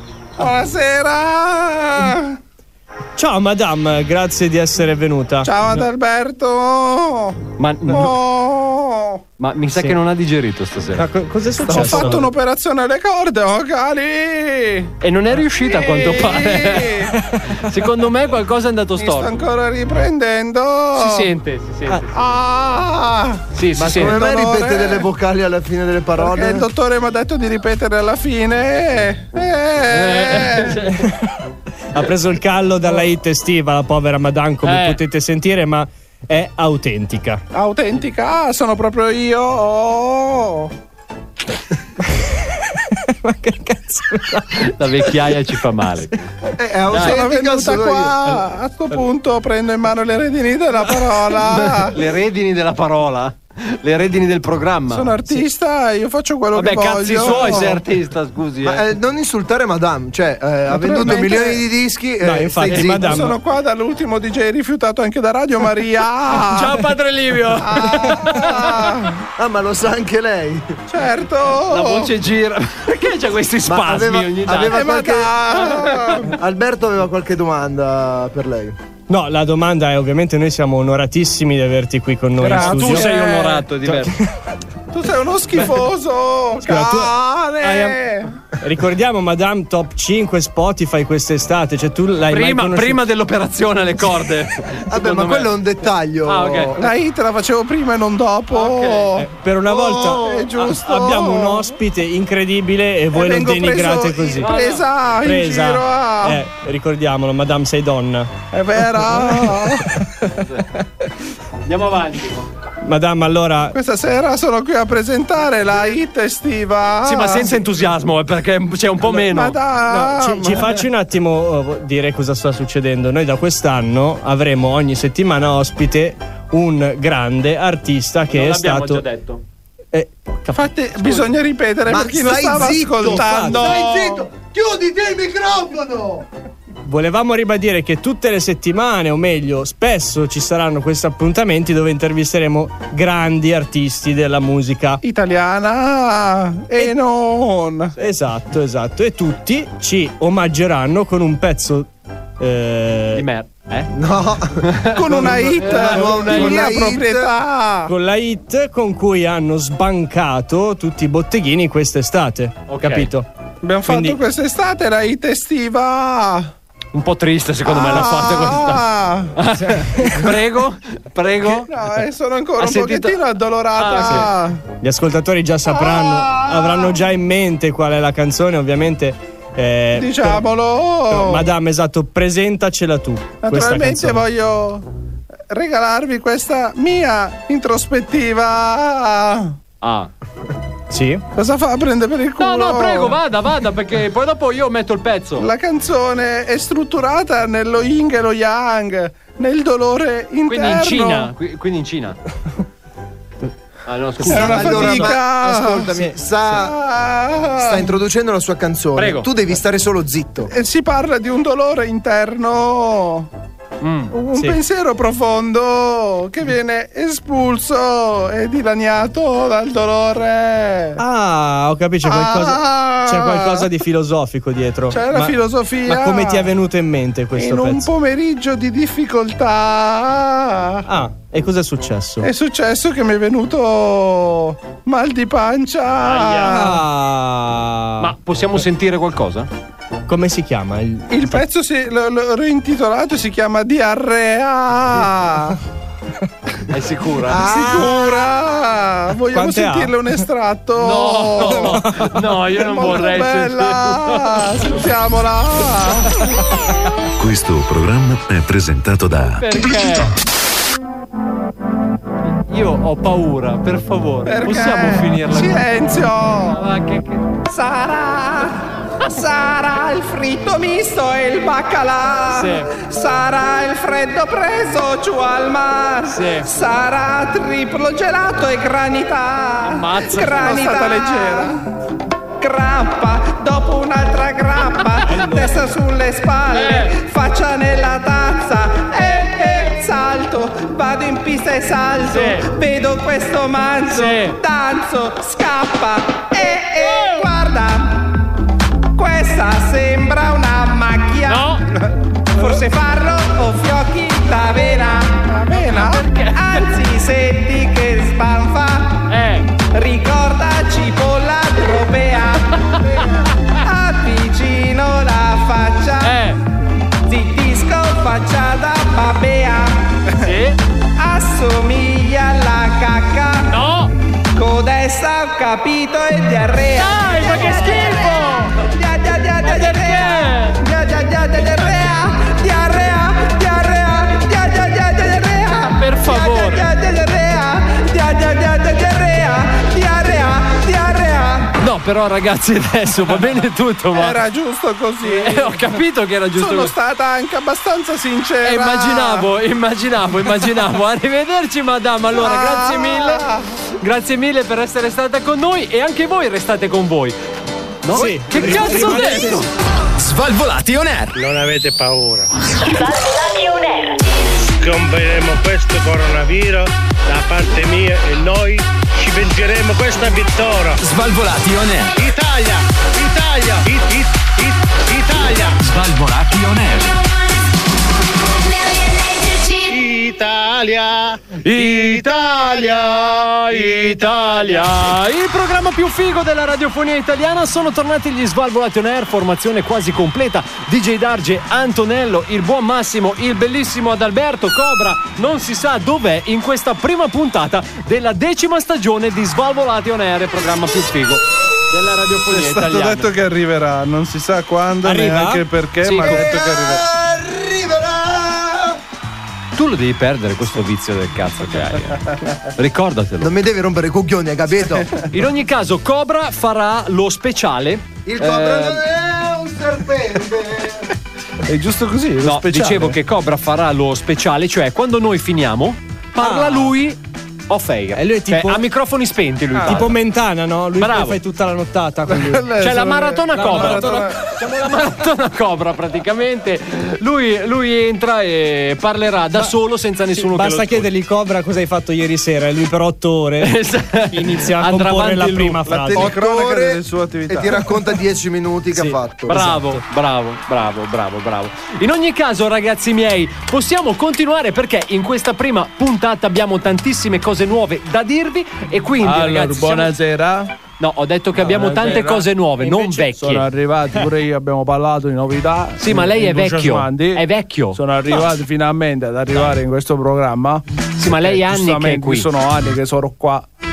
Buonasera. Ciao Madame, grazie di essere venuta. Ciao Adalberto. Ma, Oh. ma mi sa Sì. che non ha digerito stasera. Ma co- cos'è Ho successo? fatto un'operazione alle corde, oh cari. E non è riuscita a quanto pare. Secondo me qualcosa è andato Mi sto storto. ancora riprendendo. Si sente, si sente. Ah. Sì, si Ma sente. come mai dolore. ripete delle vocali alla fine delle Perché parole? il dottore mi ha detto di ripetere alla fine. Eh. Ha preso il callo dalla hit estiva, la povera Madame, come Eh. potete sentire, ma è autentica. Autentica, sono proprio io. Oh. Ma che cazzo? La vecchiaia ci fa male. Eh, è Sono autentica venuta solo io. qua. A sto punto prendo in mano le redini della parola. Le redini della parola? Le redini del programma? Sono artista, io faccio quello Vabbè, che voglio. cazzi suoi, sei artista, scusi. Ma eh. eh, non insultare Madame, cioè eh, ha venduto Naturalmente- milioni di dischi. No, eh, infatti, stai zitto. Madame- Sono qua dall'ultimo D J rifiutato anche da Radio Maria. Ciao Padre Livio. Ah, Ah, ma lo sa anche lei. certo. La voce gira. Perché c'è questi spasmi Ma aveva- ogni tanto? aveva Eh, ma qualche- dai. Alberto aveva qualche domanda per lei. No, la domanda è ovviamente noi siamo onoratissimi di averti qui con noi Grazie. in Tu studio. sei onorato, è diverso. Tu sei uno schifoso. Scusa, tu- cane. Ricordiamo Madame top cinque Spotify quest'estate, cioè tu l'hai mai Prima, conosciuta? prima dell'operazione alle corde. Vabbè, secondo ma me. quello è un dettaglio. Ah, ok. La hit la facevo prima e non dopo. Eh, per una volta Oh, è giusto. a- abbiamo un ospite incredibile e voi E lo vengo denigrate preso- così. Presa, in Presa. giro. ah. Eh, ricordiamolo, Madame sei donna. È vero. Andiamo avanti. Madame, allora Questa sera sono qui a presentare la hit estiva. Sì, ma senza entusiasmo, eh, perché c'è un po' meno. Ma no, dai. ci, ci facci un attimo uh, dire cosa sta succedendo. Noi da quest'anno avremo ogni settimana ospite un grande artista che Non è l'abbiamo stato già detto. eh, Infatti, bisogna ripetere Ma per chi non stai stava zitto, ascoltando. Stai zitto! Chiuditi il microfono! Volevamo ribadire che tutte le settimane, o meglio, spesso ci saranno questi appuntamenti dove intervisteremo grandi artisti della musica. Italiana e non. Esatto, esatto. E tutti ci omaggeranno con un pezzo eh, Di merda. Eh? No, Con una hit con una di mia hit. proprietà. con la hit con cui hanno sbancato tutti i botteghini quest'estate. Ok. Capito? Abbiamo fatto Quindi- quest'estate la hit estiva. Un po' triste, secondo me, la fatta questa. Ah, Prego, prego. no, eh, sono ancora Ha un sentito- pochettino addolorata. Gli ascoltatori già sapranno, Ah. avranno già in mente qual è la canzone, ovviamente Eh, Diciamolo. però- però, Madame, esatto, presentacela tu. questa Naturalmente canzone. voglio regalarvi questa mia introspettiva. Ah. Sì? Cosa fa? Prende per il culo? No, no, prego, vada, vada, perché poi dopo io metto il pezzo. La canzone è strutturata nello yin e lo yang, nel dolore interno. Quindi in Cina. qui- Quindi in Cina. Ah, no, scusa. È una Allora, fatica. ma- ascoltami, sta, Ah. sta introducendo la sua canzone. Prego. Tu devi stare solo zitto. E si parla di un dolore interno. Mm. Un Sì. pensiero profondo che viene espulso e dilaniato dal dolore. Ah, ho capito, c'è qualcosa, Ah. c'è qualcosa di filosofico dietro. C'è la Ma- filosofia. Ma come ti è venuto in mente questo In un pezzo? pomeriggio di difficoltà. Ah, e cosa è successo? È successo che mi è venuto mal di pancia. Ah. Ma possiamo sentire qualcosa? Come si chiama? Il... Il pezzo si, lo, l'ho reintitolato, si chiama Diarrea. È sicura? Sicura? Vogliamo Quante ha? sentirle un estratto? No, no, io È non molto vorrei bella. Sentiamola. Questo programma è presentato da Perché? Io ho paura, per favore. Perché? Possiamo finirla? Silenzio. Ma che, che... Sarà Sarà il fritto misto e il baccalà. Sì. Sarà il freddo preso giù al mar. Sì. Sarà triplo gelato e granità. Ammazza. Granità. Sono stata leggera. Grappa dopo un'altra grappa. Testa sulle spalle. Eh. Faccia nella tazza. E, e salto. Vado in pista e salto. Sì. Vedo questo manzo. Sì. Danzo. Scappa. E, e guarda. Questa sembra una macchia. No. Forse farlo o fiocchi d'avena. Avena? Perché? Anzi, senti che sbanfa. Eh. Ricorda cipolla tropea. Avvicino la faccia. Eh. Zittisco faccia da babea. Sì. Assomiglia alla cacca. No. Codessa ho capito e diarrea. Dai, ma che schifo! Dia, dia, dia, dia, diarrea. Dia, dia, dia, dia, diarrea. Diarrea, diarrea, dia, dia, dia, dia, diarrea. Per favore. Dia, dia, dia, diarrea. Dia, dia, dia, dia, diarrea. Diarrea, diarrea. No, però ragazzi, adesso va bene tutto, ma... Era giusto così. Eh, ho capito che era giusto Sono così. stata anche abbastanza sincera. Eh, immaginavo, immaginavo, immaginavo. Arrivederci, madame. Allora, grazie mille. Grazie mille per essere stata con noi e anche voi restate con voi. No? Sì. Che cazzo ho detto? Svalvolati on air. Non avete paura. Svalvolati on air. Scomperemo questo coronavirus da parte mia e noi ci vengeremo questa vittoria. Svalvolati on air. Italia, Italia, it, it, it, Italia. Svalvolati on air. Italia, Italia, Italia. Il programma più figo della radiofonia italiana. Sono tornati gli Svalvolati on air, formazione quasi completa. D J Darge, Antonello, il buon Massimo, il bellissimo Adalberto, Cobra. Non si sa dov'è in questa prima puntata della decima stagione di Svalvolati on air, il programma più figo della radiofonia È stato italiana. detto che arriverà, non si sa quando, Arriva? neanche perché, Sì. ma ha detto che arriverà. Tu lo devi perdere questo vizio del cazzo che hai. eh. Ricordatelo. Non mi devi rompere i coglioni, hai capito? In ogni caso, Cobra farà lo speciale. Il cobra Eh, non è un serpente. È giusto così, lo No, speciale. dicevo che Cobra farà lo speciale, cioè quando noi finiamo, parla Ah. lui off air. E lui è tipo- Cioè, a microfoni spenti lui. Tipo Mentana, no? Lui Bravo. poi fai tutta la nottata con lui. C'è la maratona La Cobra. maratona- Siamo la maratona Cobra praticamente. Lui, lui entra e parlerà da solo senza nessuno Basta che lo chiedergli Cobra cosa hai fatto ieri sera e lui per otto ore inizia a Andrà comporre avanti la lui. prima La frase. telecronaca ore delle sue attività. E ti racconta dieci minuti che Sì. ha fatto. Bravo, bravo, bravo, bravo, bravo. In ogni caso, ragazzi miei, possiamo continuare perché in questa prima puntata abbiamo tantissime cose nuove da dirvi e quindi, Allora, ragazzi, siamo- buonasera. No, ho detto che abbiamo tante Buonasera. cose nuove, non Invece vecchie. Sono arrivati pure io, abbiamo parlato di novità. Sì, ma lei è vecchio. entusiasmanti. È vecchio. Sono arrivati finalmente ad arrivare in questo programma. Sì, ma lei Eh, ha anni che è giustamente, qui. sono anni che sono qua.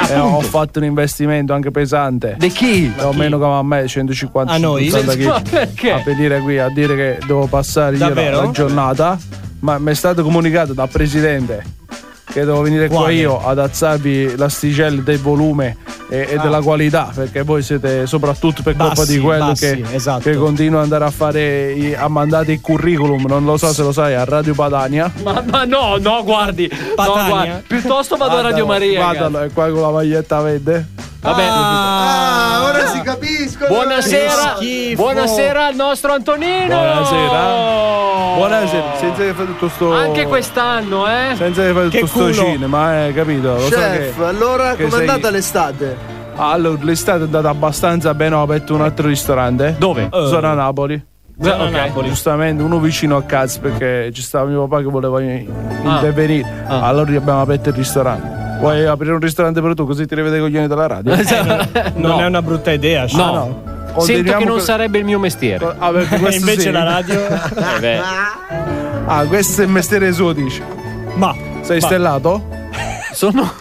E ho fatto un investimento anche pesante. Di chi? Più o meno come a me, centocinquanta A noi? centottanta chili. Perché? A venire qui a dire che devo passare io la, Davvero? la giornata. Ma mi è stato comunicato dal presidente che devo venire qua Quale? io ad alzarvi l'asticella del volume e, e Ah. della qualità, perché voi siete soprattutto per colpa Bassi, di quello bassi, che, esatto. che continua ad andare a fare i, a mandare il curriculum, non lo so se lo sai, a Radio Padania. Ma, ma no, no, guardi. No, Padania? guardi. Piuttosto vado a Radio Maria. Guardalo, è qua con la maglietta verde. Vabbè. Ah, ora si capiscono. Buonasera. Che schifo. Buonasera al nostro Antonino. Buonasera. Buonasera, senza che fai tutto sto. Anche quest'anno, eh? Senza che fai Che tutto sto culo. cinema, eh, capito? Lo so Chef, che- allora che com'è sei- andata l'estate? Allora, l'estate è andata abbastanza bene, ho aperto un altro ristorante. Dove? Zona Napoli. Zona Ok. Napoli. Giustamente, uno vicino a casa perché ci stava mio papà che voleva in- Ah. intervenire. Ah. Allora abbiamo aperto il ristorante. Vuoi aprire un ristorante per tu così ti rivede i coglioni della radio? Non No. è una brutta idea. No. Ah, no. Sento Continuiamo che non con- sarebbe il mio mestiere. Ah, perché questo Invece sì. la radio. Eh beh. Ah, questo è il mestiere suo, dici. Ma Sei ma- stellato? Sono.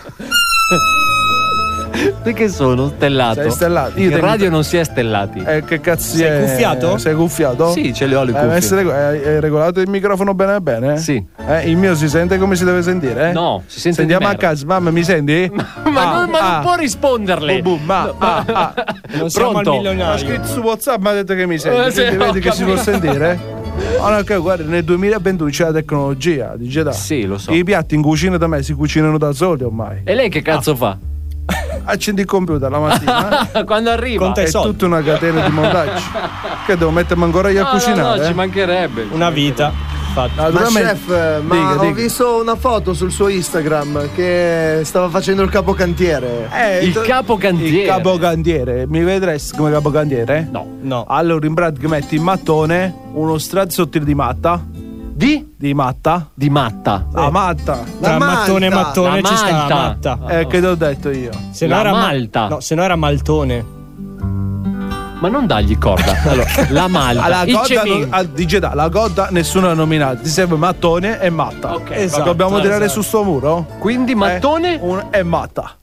Perché sono stellato? Sei stellato. Io In tengo- radio non si è stellati. Eh, che cazzo Sei è? cuffiato? Sei cuffiato? Sì, ce le ho le Eh, cuffie. essere- eh, Hai regolato il microfono bene bene? Sì. Eh, il mio si sente come si deve sentire? Eh? No, si sente Sentiamo di a merda. casa, mamma mi senti? Ma, Ah, non, ma non ah. può risponderle. Boom, boom, ma, ah, ah. non siamo al Pronto? Ha milionario. scritto su WhatsApp, mi ha detto che mi Eh, sente. sì, Quindi ho vedi che si può capito. sentire? Ah, no, ok, guarda, nel duemilaventuno c'è la tecnologia, dice da. Sì, lo so. I piatti in cucina da me si cucinano da soli ormai. E lei che cazzo fa? Accendi il computer la mattina. Quando arriva? Conta i È soldi. tutta una catena di montaggi. Che devo mettermi ancora io a No, no, cucinare? no, ci eh? mancherebbe. Una vita. Infatti. Ma Naturalmente- chef, ma Dica, ho dica. visto una foto sul suo Instagram che stava facendo il capocantiere. Eh, Il capocantiere. Il capocantiere. Mi vedresti come capocantiere? No. No. Allora in pratica metti in mattone uno strato sottile di matta. Di? Di matta. Di matta. La matta. Tra malta. mattone e mattone La ci sta la malta. matta. Eh, che ti ho detto io? Se no La era ma- malta. No, se no era maltone. Ma non dagli corda. Allora, la malta. Alla il coda, cemento. non, al, dice da, la coda nessuno ha nominato. Ti serve mattone e matta. Ok, Ma esatto, dobbiamo tirare esatto. su sto muro? Quindi mattone? Eh, un- e matta.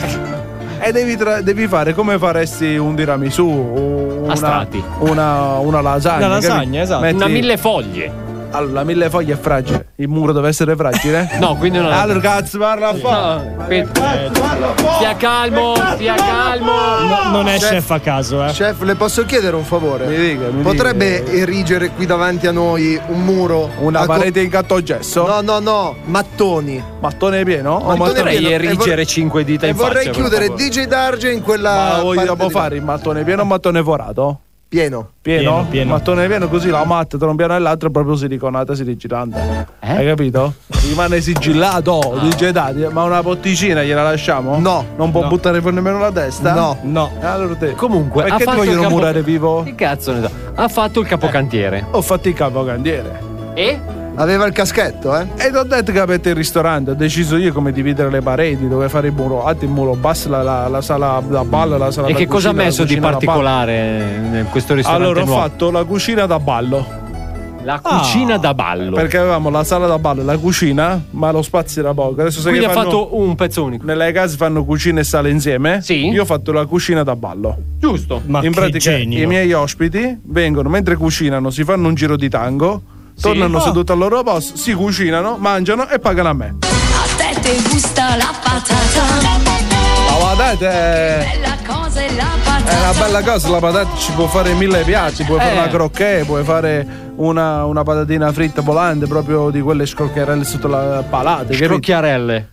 E devi, tra- devi fare come faresti un tiramisù, una, strati. una, una lasagna. Una lasagna, capi? esatto. Metti- Una mille foglie. Allora, la mille foglie è fragile. Il muro deve essere fragile? No, quindi non. Allora, cazzo, parla a fare. No, aspetta. Stia calmo, stia calmo. No, non è Chef. chef a caso, eh. Chef, le posso chiedere un favore? Mi dica, mi Potrebbe dica. erigere qui davanti a noi un muro? Una a co- parete in cartongesso? No, no, no, mattoni. Mattone pieno? O Mattone mattone Potrei pieno. E erigere vor- cinque dita E in vorrei faccia. per chiudere favore. D J Darge in quella. Ma vogliamo parte di- fare il mattone pieno o mattone forato? Pieno. Pieno? Pieno, pieno. Mattone pieno così la matta tra un piano e l'altro è proprio siliconata, siligillante. Eh? Hai capito? Rimane sigillato, dice dati, ma una potticina gliela lasciamo? No. Non può No. buttare fuori nemmeno la testa? No. No. E allora te. Comunque, perché ha ti fatto vogliono il capo- murare vivo? Che cazzo ne so? Ha fatto il capocantiere. Ho fatto il capocantiere. E? Aveva il caschetto, eh? E ti ho detto che avete il ristorante, ho deciso io come dividere le pareti, dove fare il muro alto, il muro basso, la, la, la sala da ballo, la sala E da che cosa ha cucina, la messo di cucina da ballo. particolare in questo ristorante Allora ho nuovo? fatto la cucina da ballo. La cucina da ballo. Perché avevamo la sala da ballo e la cucina, ma lo spazio era poco. Adesso sai Quindi che ha fanno, fatto un pezzo unico. nelle case fanno cucina e sala insieme. Sì. Io ho fatto la cucina da ballo. Giusto. Ma In che pratica genio. i miei ospiti vengono mentre cucinano, si fanno un giro di tango, tornano Oh. seduti al loro posto, si cucinano, mangiano e pagano a me. A te ti gusta la patata, La patata è, bella cosa è la è patata. una bella cosa, la patata ci può fare mille piatti, puoi fare Eh. una crocchè, puoi fare una, una patatina fritta volante, proprio di quelle scroccherelle sotto la palate, capito? Crocchiarelle.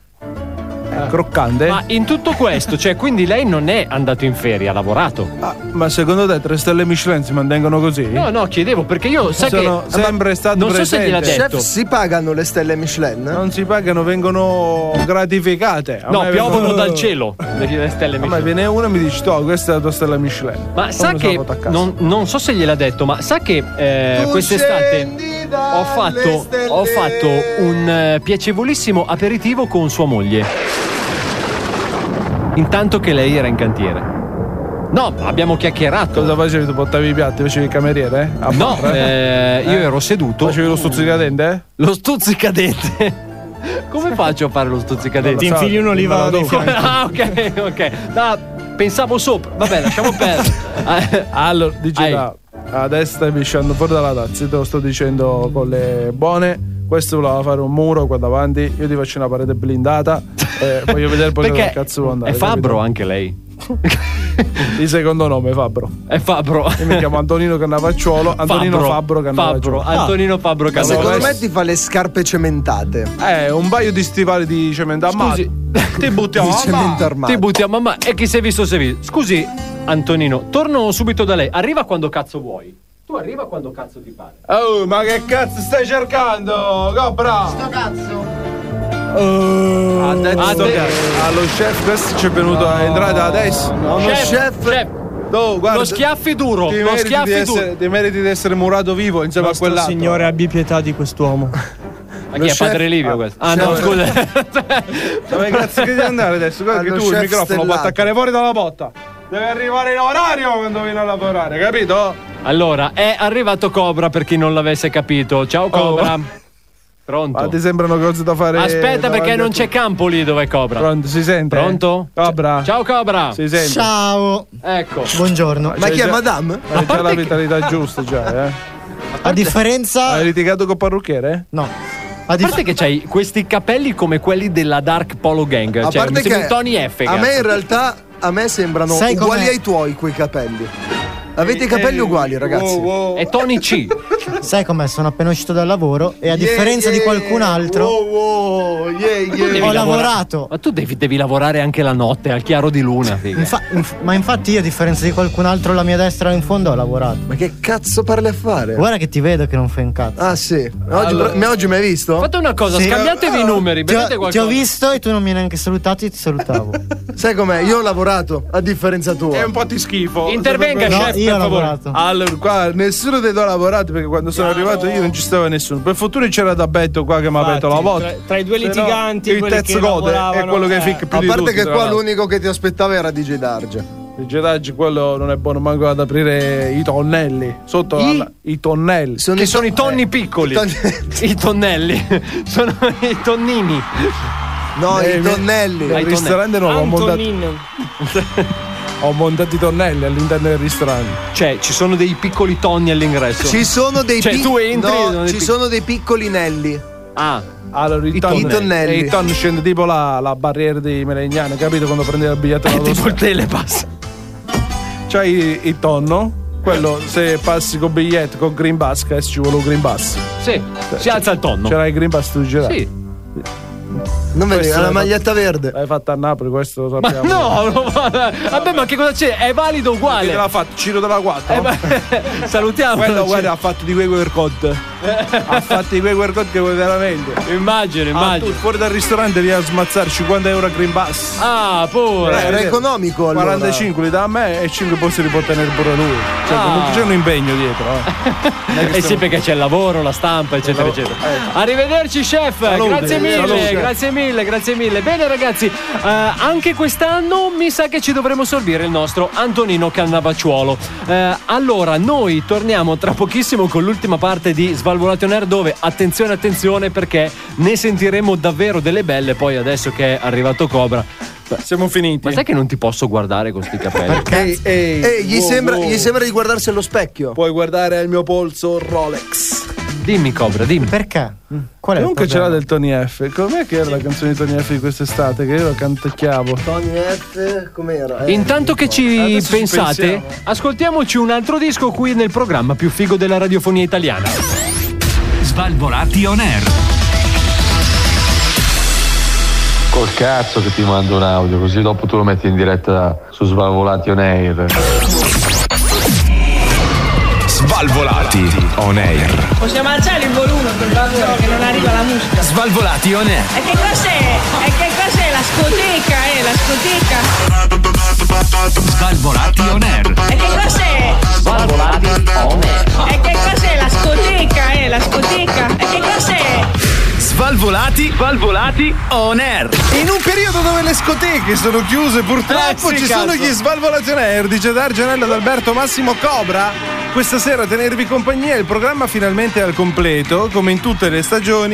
Croccante. Ma in tutto questo, cioè, quindi lei non è andato in ferie, ha lavorato. Ah, ma secondo te tre stelle Michelin si mantengono così? No, no, chiedevo perché io sai Sono che sempre stato non so se presente. gliel'ha detto. Chef, si pagano le stelle Michelin? Non si pagano, vengono gratificate. A No, me piovono vengono- dal cielo le stelle A me Michelin. viene uno e mi dice: "Oh, questa è la tua stella Michelin." Ma sa Come se la che porto a casa. non, non so se gliel'ha detto, ma sa che eh, Tu quest'estate scendi dalle ho fatto, stelle. ho fatto un eh, piacevolissimo aperitivo con sua moglie. Intanto che lei era in cantiere. No, abbiamo chiacchierato. Cosa facevi? Tu portavi i piatti, facevi il cameriere? A No, bar? eh, io ero seduto. Facevi lo stuzzicadente? Lo stuzzicadente. Come faccio a fare lo stuzzicadenti? Ti infili un'oliva dei fianchi. Ah, ok, ok. No, pensavo sopra. Vabbè, lasciamo perdere. Allora, dici Ehi. là, adesso stai pisciando fuori dalla tazza. Io te lo sto dicendo con le buone. Questo voleva fare un muro qua davanti. Io ti faccio una parete blindata. E voglio vedere poi dove cazzo può andare. È Fabbro capito? anche lei. Il secondo nome è Fabbro. È Fabbro. Io mi chiamo Antonino Cannavacciuolo. Antonino Fabbro. Fabbro Cannavacciuolo. Fabbro. Antonino Fabbro Ma secondo Cannavacciuolo. me ti fa le scarpe cementate. Eh, un paio di stivali di cemento armato. Scusi. Ti buttiamo Di a cemento mano. armato. Ti buttiamo a mamma. E chi si è visto si è visto. Scusi, Antonino, torno subito da lei. Arriva quando cazzo vuoi. Tu arriva quando cazzo ti pare. Oh, ma che cazzo stai cercando? Cobra! Sto cazzo. Oh, adesso Ah, te- allo chef questo ci è venuto a entrare adesso. Uno Chef, chef. chef, No, guarda, lo schiaffi duro. ti Lo meriti, di schiaffi essere, duro. ti meriti di essere murato vivo insieme a Nostro quell'altro. Signore, abbi pietà di quest'uomo. Ma chi è chef- Padre Livio ah, questo? Ah, no, chef- scusa. Dove cazzo che devi andare adesso? Guarda che Allo tu il chef microfono lo puoi stellato. attaccare fuori dalla botta. Deve arrivare in orario quando viene a lavorare, capito? Allora, è arrivato Cobra per chi non l'avesse capito. Ciao Cobra. Pronto? Ma ti sembrano cose da fare. Aspetta davanti perché a non tu? c'è campo lì dove è Cobra. Pronto, si sente? Pronto? Cobra. Ciao Cobra. Si sente? Ciao, Ecco. buongiorno. Ma C'hai chi è già- Madame? Hai già la parte che- vitalità giusta già, eh? A differenza. Hai litigato col parrucchiere? No. A A dif- parte che c'hai questi capelli come quelli della Dark Polo Gang. A Cioè, mi parte sembri che Tony F. a cazzo. me in realtà a me sembrano Sai uguali com'è? ai tuoi quei capelli. Avete i capelli uguali, ragazzi. Wow, wow. È Tony C. Sai com'è? Sono appena uscito dal lavoro e a Yeah, differenza di yeah. qualcun altro Wow, wow, yeah, yeah. Devi ho lavora- lavorato. Ma tu devi, devi lavorare anche la notte al chiaro di luna, figa. Infa- inf- ma infatti io a differenza di qualcun altro alla mia destra in fondo ho lavorato. Ma che cazzo parli a fare? Guarda che ti vedo che non fai un cazzo. Ah sì. Oggi, Allora- mi oggi mi hai visto? Fate una cosa, Sì. scambiatevi i numeri, Ti ho, vedete ti qualcosa. ho visto e tu non mi hai neanche salutato e ti salutavo. Sai com'è? Io ho lavorato, a differenza tua. È un po' di schifo. Intervenga, No, chef, io per ho favore. lavorato. Allora, qua nessuno dei due ha lavorato perché quando sono arrivato io non ci stava nessuno. Per fortuna c'era Dabetto qua che mi ha aperto la Infatti, volta. tra, tra i due Se no, litiganti, il quelli terzo che gode è lavoravano, quello che eh. ficca più A di parte tutti, che tra qua l'altro. l'unico che ti aspettava era D J Darge. Il Gedaggi quello non è buono manco ad aprire i tonnelli. Sotto I? alla- i tonnelli. Che sono i tonni piccoli. I tonnelli. Sono i tonnini. No, Eh, i tonnelli. Nel ristorante nuovo ho montato, Antonino. ho montato i tonnelli all'interno del ristorante. Cioè, ci sono dei piccoli tonni all'ingresso. Ci sono dei Cioè, pic- tu entri no, e non è ci pic- sono dei piccoli nelli. Ah, Allora, i, I tonnelli. tonnelli. E i tonni scende tipo la, la barriera di Melegnano, capito? Quando prendi il biglietto è tipo il d'autostrada. telepass. C'hai il, il tonno. Quello se passi con biglietto con Green Pass, che ci vuole un Green Pass. Sì, si alza il tonno. C'era il Green Pass tu girare. Sì. Non vedi, Questo ha la l'hai maglietta verde. L'hai fatta a Napoli, questo lo Ma sappiamo. no, no, ma- vabbè, ma che cosa c'è? È valido Chi te uguale. l'ha fatto? Ciro della quattro? Eh, beh, salutiamo. Quello guarda ha fatto di quei Q R code. Ha fatto di quei Q R code che vuoi veramente. Immagino, Ah, tu immagino. fuori dal ristorante devi a smazzare cinquanta euro a Green Pass. Ah, pure. Eh, era economico allora. quarantacinque li dà a me e cinque posti li può tenere pure lui. Cioè, Ah. comunque c'è un impegno dietro. Eh. Non è che Eh sì, stiamo- perché c'è il lavoro, la stampa, eccetera, Eh. eccetera. Arrivederci, chef. Salute, grazie mille, salute. grazie mille, grazie mille. Bene, ragazzi, eh, anche quest'anno mi sa che ci dovremo sorbire il nostro Antonino Cannavacciuolo. Eh, allora, noi torniamo tra pochissimo con l'ultima parte di Svalvolation Air, dove attenzione, attenzione, perché ne sentiremo davvero delle belle. Poi, adesso che è arrivato Cobra. Siamo finiti. Ma sai che non ti posso guardare con sti capelli? Ehi, ehi, Ehi, gli, wow, sembra, wow. gli sembra di guardarsi allo specchio. Puoi guardare al mio polso Rolex. Dimmi, Cobra, dimmi. Perché? Qual è Comunque il ce l'ha problema? del Tony F. Com'è che era la canzone di Tony F di quest'estate? Che io lo canticchiavo. Tony F, com'era? Eh, Intanto che ci Adesso ci pensate, pensiamo. ascoltiamoci un altro disco qui nel programma più figo della radiofonia italiana. Svalvolati on air. Col cazzo che ti mando un audio, così dopo tu lo metti in diretta su Svalvolati on Air. Svalvolati on air. Possiamo alzare il volume per favore che non arriva la musica. Svalvolati on air. E che cos'è? E che cos'è la scoteca, eh? La scoteca? Svalvolati on air. E che cos'è? Svalvolati on air. E che cos'è la scoteca, eh? La scoteca? E che cos'è? Svalvolati, svalvolati on air. In un periodo dove le scoteche sono chiuse, purtroppo Eh, sì, ci sono cazzo. gli Svalvolation Air di Cesar Gianello ad Alberto Massimo Cobra. Questa sera a tenervi compagnia, il programma finalmente è al completo, come in tutte le stagioni.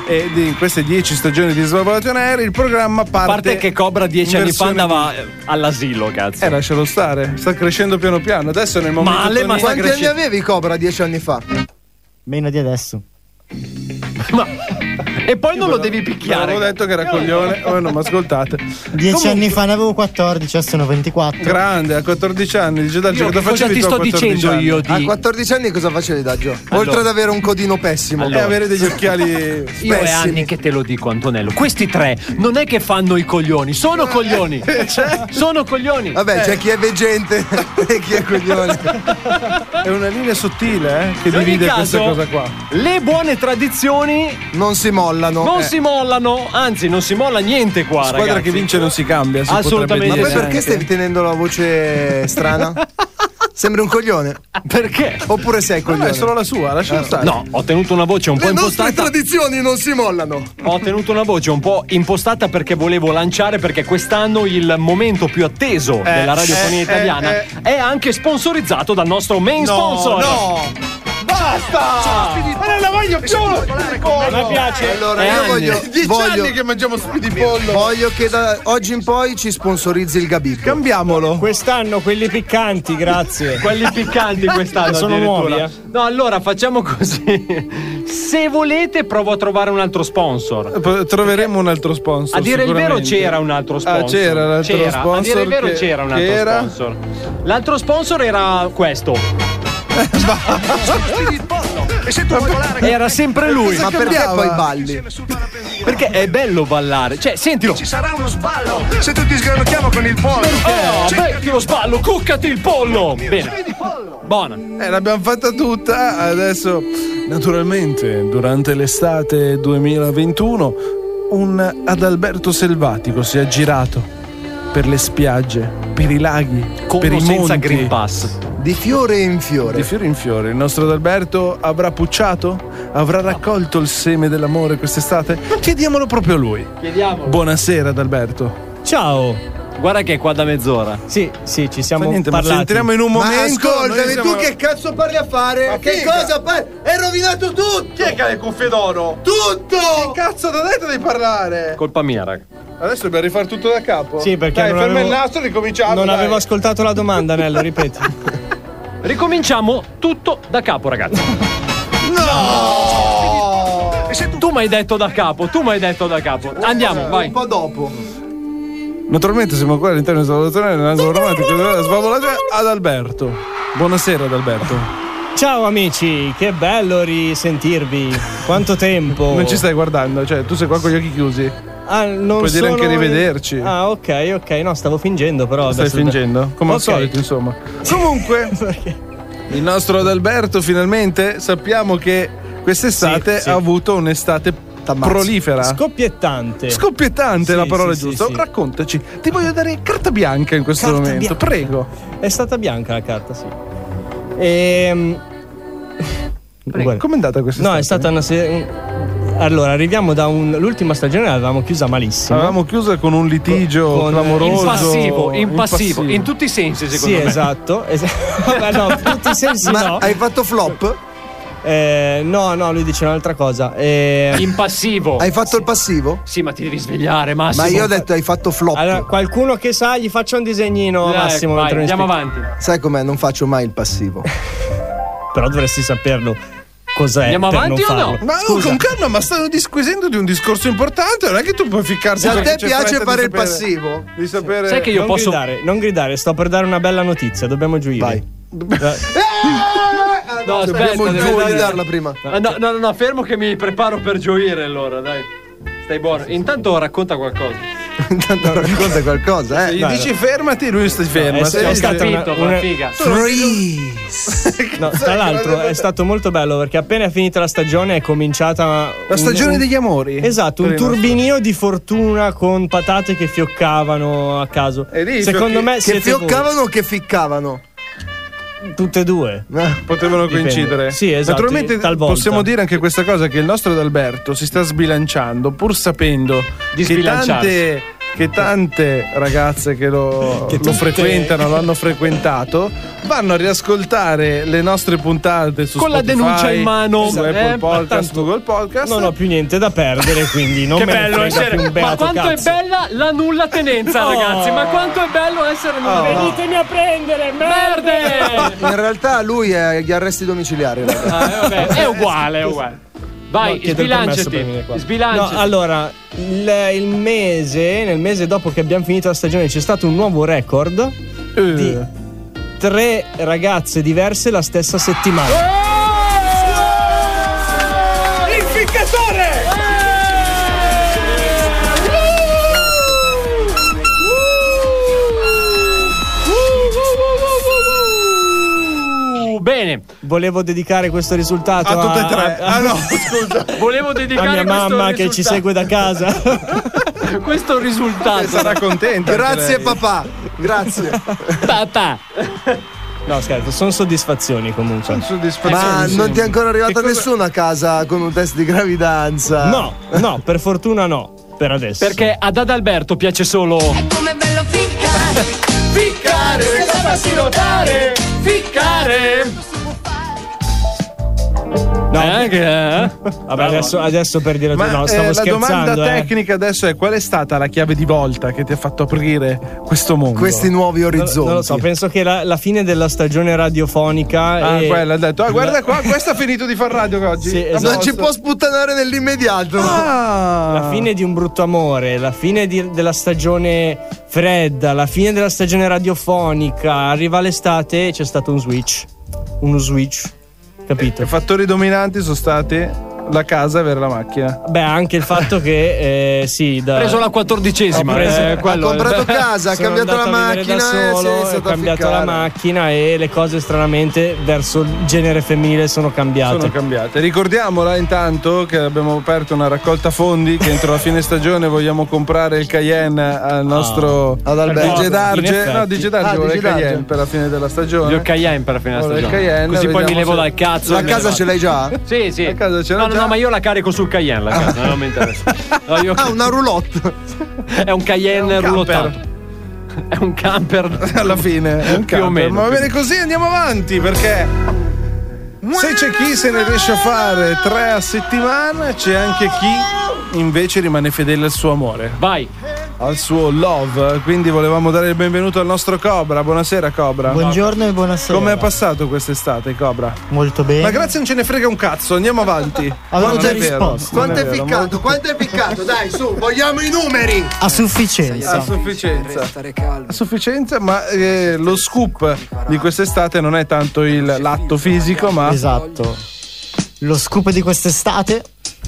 E di, in queste dieci stagioni di Svalvolati on Air il programma parte. A parte che Cobra dieci anni fa andava di... all'asilo, cazzo. Eh, lascialo stare, sta crescendo piano piano. Adesso nel momento. Male, ma quanti cresce... anni avevi Cobra dieci anni fa? Meno di adesso. Ma e poi non lo devi picchiare. Avevo detto che era coglione. Oh, non mi ascoltate. Dieci Comunque... anni fa ne avevo quattordici, adesso sono ventiquattro. Grande, a quattordici anni. Dice Daggio, cosa facevi ti tu sto a quattordici dicendo anni? io di... A quattordici anni cosa facevi, Daggio? Allora. Oltre ad avere un codino pessimo allora. E avere degli occhiali io è anni che te lo dico, Antonello. Questi tre non è che fanno i coglioni, sono coglioni. Sono coglioni. Vabbè, eh. c'è chi è veggente e chi è coglione. È una linea sottile, eh, che In ogni divide caso, questa cosa qua. Le buone tradizioni non si mollano. Non eh. si mollano, anzi non si molla niente qua, la squadra ragazzi. che vince non si cambia, si assolutamente. Ma poi perché anche. stai tenendo la voce strana? Sembri un coglione. Perché? Oppure sei coglione? No, è solo la sua, lascialo stare. No, ho tenuto una voce un po' Le impostata. nostre tradizioni non si mollano. Ho tenuto una voce un po' impostata perché volevo lanciare, perché quest'anno il momento più atteso Eh, della radiofonia eh, italiana eh, è anche sponsorizzato dal nostro main No, sponsor. no. Basta! Ma non la voglio più! A me piace. Allora, È io anni. voglio. Dieci voglio anni che mangiamo spidipollo. Voglio che da oggi in poi ci sponsorizzi il Gabibbo. Cambiamolo. Quest'anno quelli piccanti, grazie. Quelli piccanti quest'anno Sono addirittura. nuovi, eh. No, allora facciamo così. Se volete provo a trovare un altro sponsor. P- Troveremo un altro sponsor. A dire il vero sicuramente. c'era un altro sponsor. Ah, c'era un altro C'era. sponsor. A dire il vero che- c'era un che altro era? sponsor. L'altro sponsor era questo. Era sempre lui. Ma perché poi balli? Perché è bello ballare. Cioè, sentilo. Ci sarà uno sballo se tutti sgranocchiamo con il pollo. Oh, becchi lo sballo, cuccati il pollo. Bene. Buona. Eh, l'abbiamo fatta tutta. Adesso, naturalmente, durante l'estate duemilaventuno, un Adalberto Selvatico si è girato per le spiagge, per i laghi, Con per o i senza monti. Green Pass. Di fiore in fiore. Di fiore in fiore. Il nostro Adalberto avrà pucciato? Avrà raccolto il seme dell'amore quest'estate? Chiediamolo proprio a lui. Chiediamolo. Buonasera Adalberto. Ciao. Guarda che è qua da mezz'ora. Sì, sì, ci siamo Fa niente, ma ci parlati. entriamo in un Ma momento. ascoltami, noi siamo- tu che cazzo parli a fare? Ma che figa. cosa parli? Hai rovinato tutto! Chi è che ha le cuffie d'oro? Tutto! Che cazzo ti ho detto di parlare? Colpa mia, raga. Adesso dobbiamo rifare tutto da capo? Sì, perché dai, non ferma avevo- il nastro e ricominciamo. Non dai. avevo ascoltato la domanda, Nello, ripeti. Ricominciamo tutto da capo, ragazzi. No! Tu mi hai detto da capo, tu mi hai detto da capo. Andiamo, vai. Un po' dopo. Naturalmente siamo qua all'interno di Svalvolazione nell'angolo romantico della Svalvolazione ad Alberto. Buonasera Adalberto. Ciao amici, che bello risentirvi. Quanto tempo. Non ci stai guardando, cioè tu sei qua con gli occhi chiusi. Ah, non Puoi dire sono anche rivederci. Ah, ok, ok. No, stavo fingendo, però. Stai adesso- fingendo? Come al Ok. solito, insomma. Comunque, il nostro Adalberto finalmente sappiamo che quest'estate Sì, sì. ha avuto un'estate prolifera. Scoppiettante. Scoppiettante è la Sì, parola sì, giusta. sì, sì. Raccontaci. Ti voglio dare carta bianca in questo Carta momento. bianca. Prego. È stata bianca la carta, sì. Ehm. Guarda. Com'è andata questa No, è stata una se- Allora, arriviamo da un. L'ultima stagione l'avevamo chiusa malissimo. Avevamo chiusa con un litigio Con- con- clamoroso. Impassivo, impassivo, impassivo. in tutti i sensi, secondo Sì, me. esatto. es- Vabbè, no, in tutti i sensi Ma no. hai fatto flop? Eh, no, no, lui dice un'altra cosa. Eh, Impassivo. Hai fatto il passivo? Sì, ma ti devi svegliare, Massimo. Ma io ho detto hai fatto flop. allora, qualcuno che sa, gli faccia un disegnino, Dai, Massimo. vai, mentre mi andiamo spieghi. avanti. Sai com'è? Non faccio mai il passivo. Però dovresti saperlo. Cos'è? Andiamo per avanti non o no? farlo. Ma oh, con calma, ma stanno disquisendo di un discorso importante. Non è che tu puoi ficcarti. Se a perché te c'è piace fretta di fare il sapere- passivo. Di sapere. Sai che io non posso. gridare, non gridare, sto per dare una bella notizia, dobbiamo gioire. Vai. No, aspetta, Dobbiamo devo giù dare- di darla prima. Ah, no, no, no, no, fermo che mi preparo per gioire allora, dai. Stai buono. Intanto racconta qualcosa. Intanto racconta qualcosa, Se eh. gli Dai, dici fermati, lui sta fermo. è- Se è gli stata dici- una- Capito, una- ma figa. Freeze. No, tra l'altro è stato molto bello perché appena è finita la stagione è cominciata La stagione un- degli amori. Esatto, un Per i nostri- turbinio di fortuna con patate che fioccavano a caso. E lì Secondo fiocchi- me Che siete voi. fioccavano o che ficcavano? Tutte e due. Potevano Dipende. coincidere. Sì, esatto, Naturalmente talvolta. possiamo dire anche questa cosa: che il nostro Adalberto si sta sbilanciando, pur sapendo Di che sbilanciarsi. tante, che tante ragazze che lo, Che lo tutte- frequentano, lo hanno frequentato, vanno a riascoltare le nostre puntate su Con la Spotify, denuncia in mano, su Apple eh, Podcast, tanto Google Podcast. Non ho più niente da perdere, quindi non Che me ne bello frega essere. più un Ma beato quanto cazzo. è bella la nulla tenenza, Oh. ragazzi. Ma quanto è bello essere nulla tenenza. Venitemi a prendere, merde! In realtà lui è agli arresti domiciliari. ragazzi. Ah, eh, vabbè, è uguale, è uguale. Vai, No, chiedo il permesso per venire sbilanciati. qua. Sbilanciati. No, allora, il, il mese, nel mese dopo che abbiamo finito la stagione, c'è stato un nuovo record Eh. di tre ragazze diverse la stessa settimana. Il ficcatore! Bene, Volevo dedicare questo risultato A tutte e a, tre. a- Ah no, scusa. volevo a dedicare mia questo mamma che ci risultato- segue da casa. questo risultato. Sarà contenta. anche Grazie lei. papà, grazie. Papà. No, scherzo, sono soddisfazioni comunque. Sono soddisfatto. Ma non ti è ancora arrivata Che cosa- nessuno a casa con un test di gravidanza? No, no, per fortuna no, per adesso. Perché ad Adalberto piace solo Come bello ficcare. ficcare, senza farsi notare, ficcare. No, Eh, che è? vabbè, adesso, adesso per dire Ma no, eh, stavo la scherzando. domanda eh. tecnica adesso è: qual è stata la chiave di volta che ti ha fatto aprire questo mondo? Questi nuovi Non, orizzonti. non lo so, penso che la, la fine della stagione radiofonica. Ah, e- quella ha detto: ah, guarda qua, questo ha finito di far radio oggi. Sì, A esatto. Non ci posto. può sputtanare nell'immediato. Ah. La fine di un brutto amore, la fine di- della stagione fredda, la fine della stagione radiofonica, arriva l'estate e c'è stato un switch. Uno switch, capito? I fattori dominanti sono stati la casa e avere la macchina. Beh, anche il fatto che eh, sì, da, Ha preso la quattordicesima. Ho preso- eh, Ha quello- comprato casa, ha sono cambiato la andato a vivere macchina da e solo, si è ho iniziato a cambiato la ficcare. macchina e le cose stranamente verso il genere femminile sono cambiate. Sono cambiate. Ricordiamola intanto che abbiamo aperto una raccolta fondi che entro la fine stagione vogliamo comprare il Cayenne al nostro Ad Alberto. D J In Darge. effetti. No, D J Darge Ah, vuole D J il Darge. Cayenne per la fine della stagione. Io Cayenne per la fine della Vuole il stagione. Cayenne, Così poi mi vediamo levo se- dal cazzo. La e me casa ne ce l'hai già? vado. Sì, sì. La casa ce l'ha no, no, già? no, ma io la carico sul Cayenne. La casa, non mi interessa. No, io- Ah, una roulotte. È un Cayenne È un roulottato. È un camper. Alla fine è un Più o camper. meno. Ma va bene così, andiamo avanti perché se c'è chi se ne riesce a fare tre a settimana, c'è anche chi invece rimane fedele al suo amore, Vai. al suo love. Quindi volevamo dare il benvenuto al nostro Cobra. Buonasera Cobra. Buongiorno e buonasera. Come è passato quest'estate, Cobra? Molto bene. Ma grazie, non ce ne frega un cazzo, andiamo avanti. Avevo Non già è vero, risposto. non Quanto è vero, ficcato? Quanto è ficcato? Dai, su, vogliamo i numeri. A sufficienza. A sufficienza. A sufficienza, ma eh, lo scoop di quest'estate non è tanto il l'atto fisico, ma Esatto. Lo scoop di quest'estate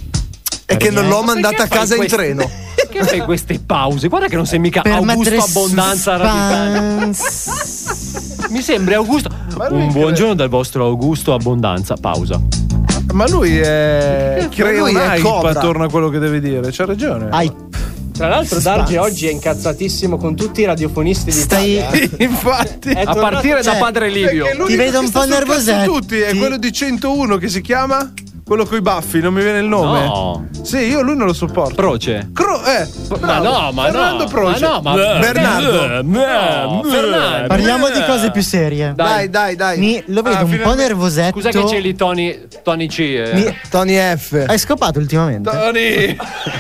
È che non l'ho Ma mandata a perché casa fai in queste- treno. Perché fai queste pause? Guarda che non sei mica per Augusto mettere Abbondanza radicale. suspense. Mi sembra Augusto. Ma lui Un crede- buongiorno dal vostro Augusto Abbondanza. Pausa. ma lui è crea lui un è hype Cobra. attorno a quello che deve dire. C'ha ragione. Hype. Tra l'altro, Darge oggi è incazzatissimo con tutti i radiofonisti Stai- d'Italia. Infatti, È A tornato- partire da cioè, padre Livio. perché l'unico Ti vedo che un sta po' sul cazzo nervosetto. tutti è quello di centouno che si chiama quello coi baffi, non mi viene il nome. No. Sì, io lui non lo sopporto. Croce. Cro- eh, Ma bravo. no, ma Fernando no. Proce. Ma no, ma Bernardo. No, Fernando. Parliamo di cose più serie. Dai, dai, dai. Mi, lo vedo Ah, un po' finalmente- nervosetto. Scusa che c'è lì Tony, Tony C. eh. Mi- Tony F. Hai scopato ultimamente? Tony.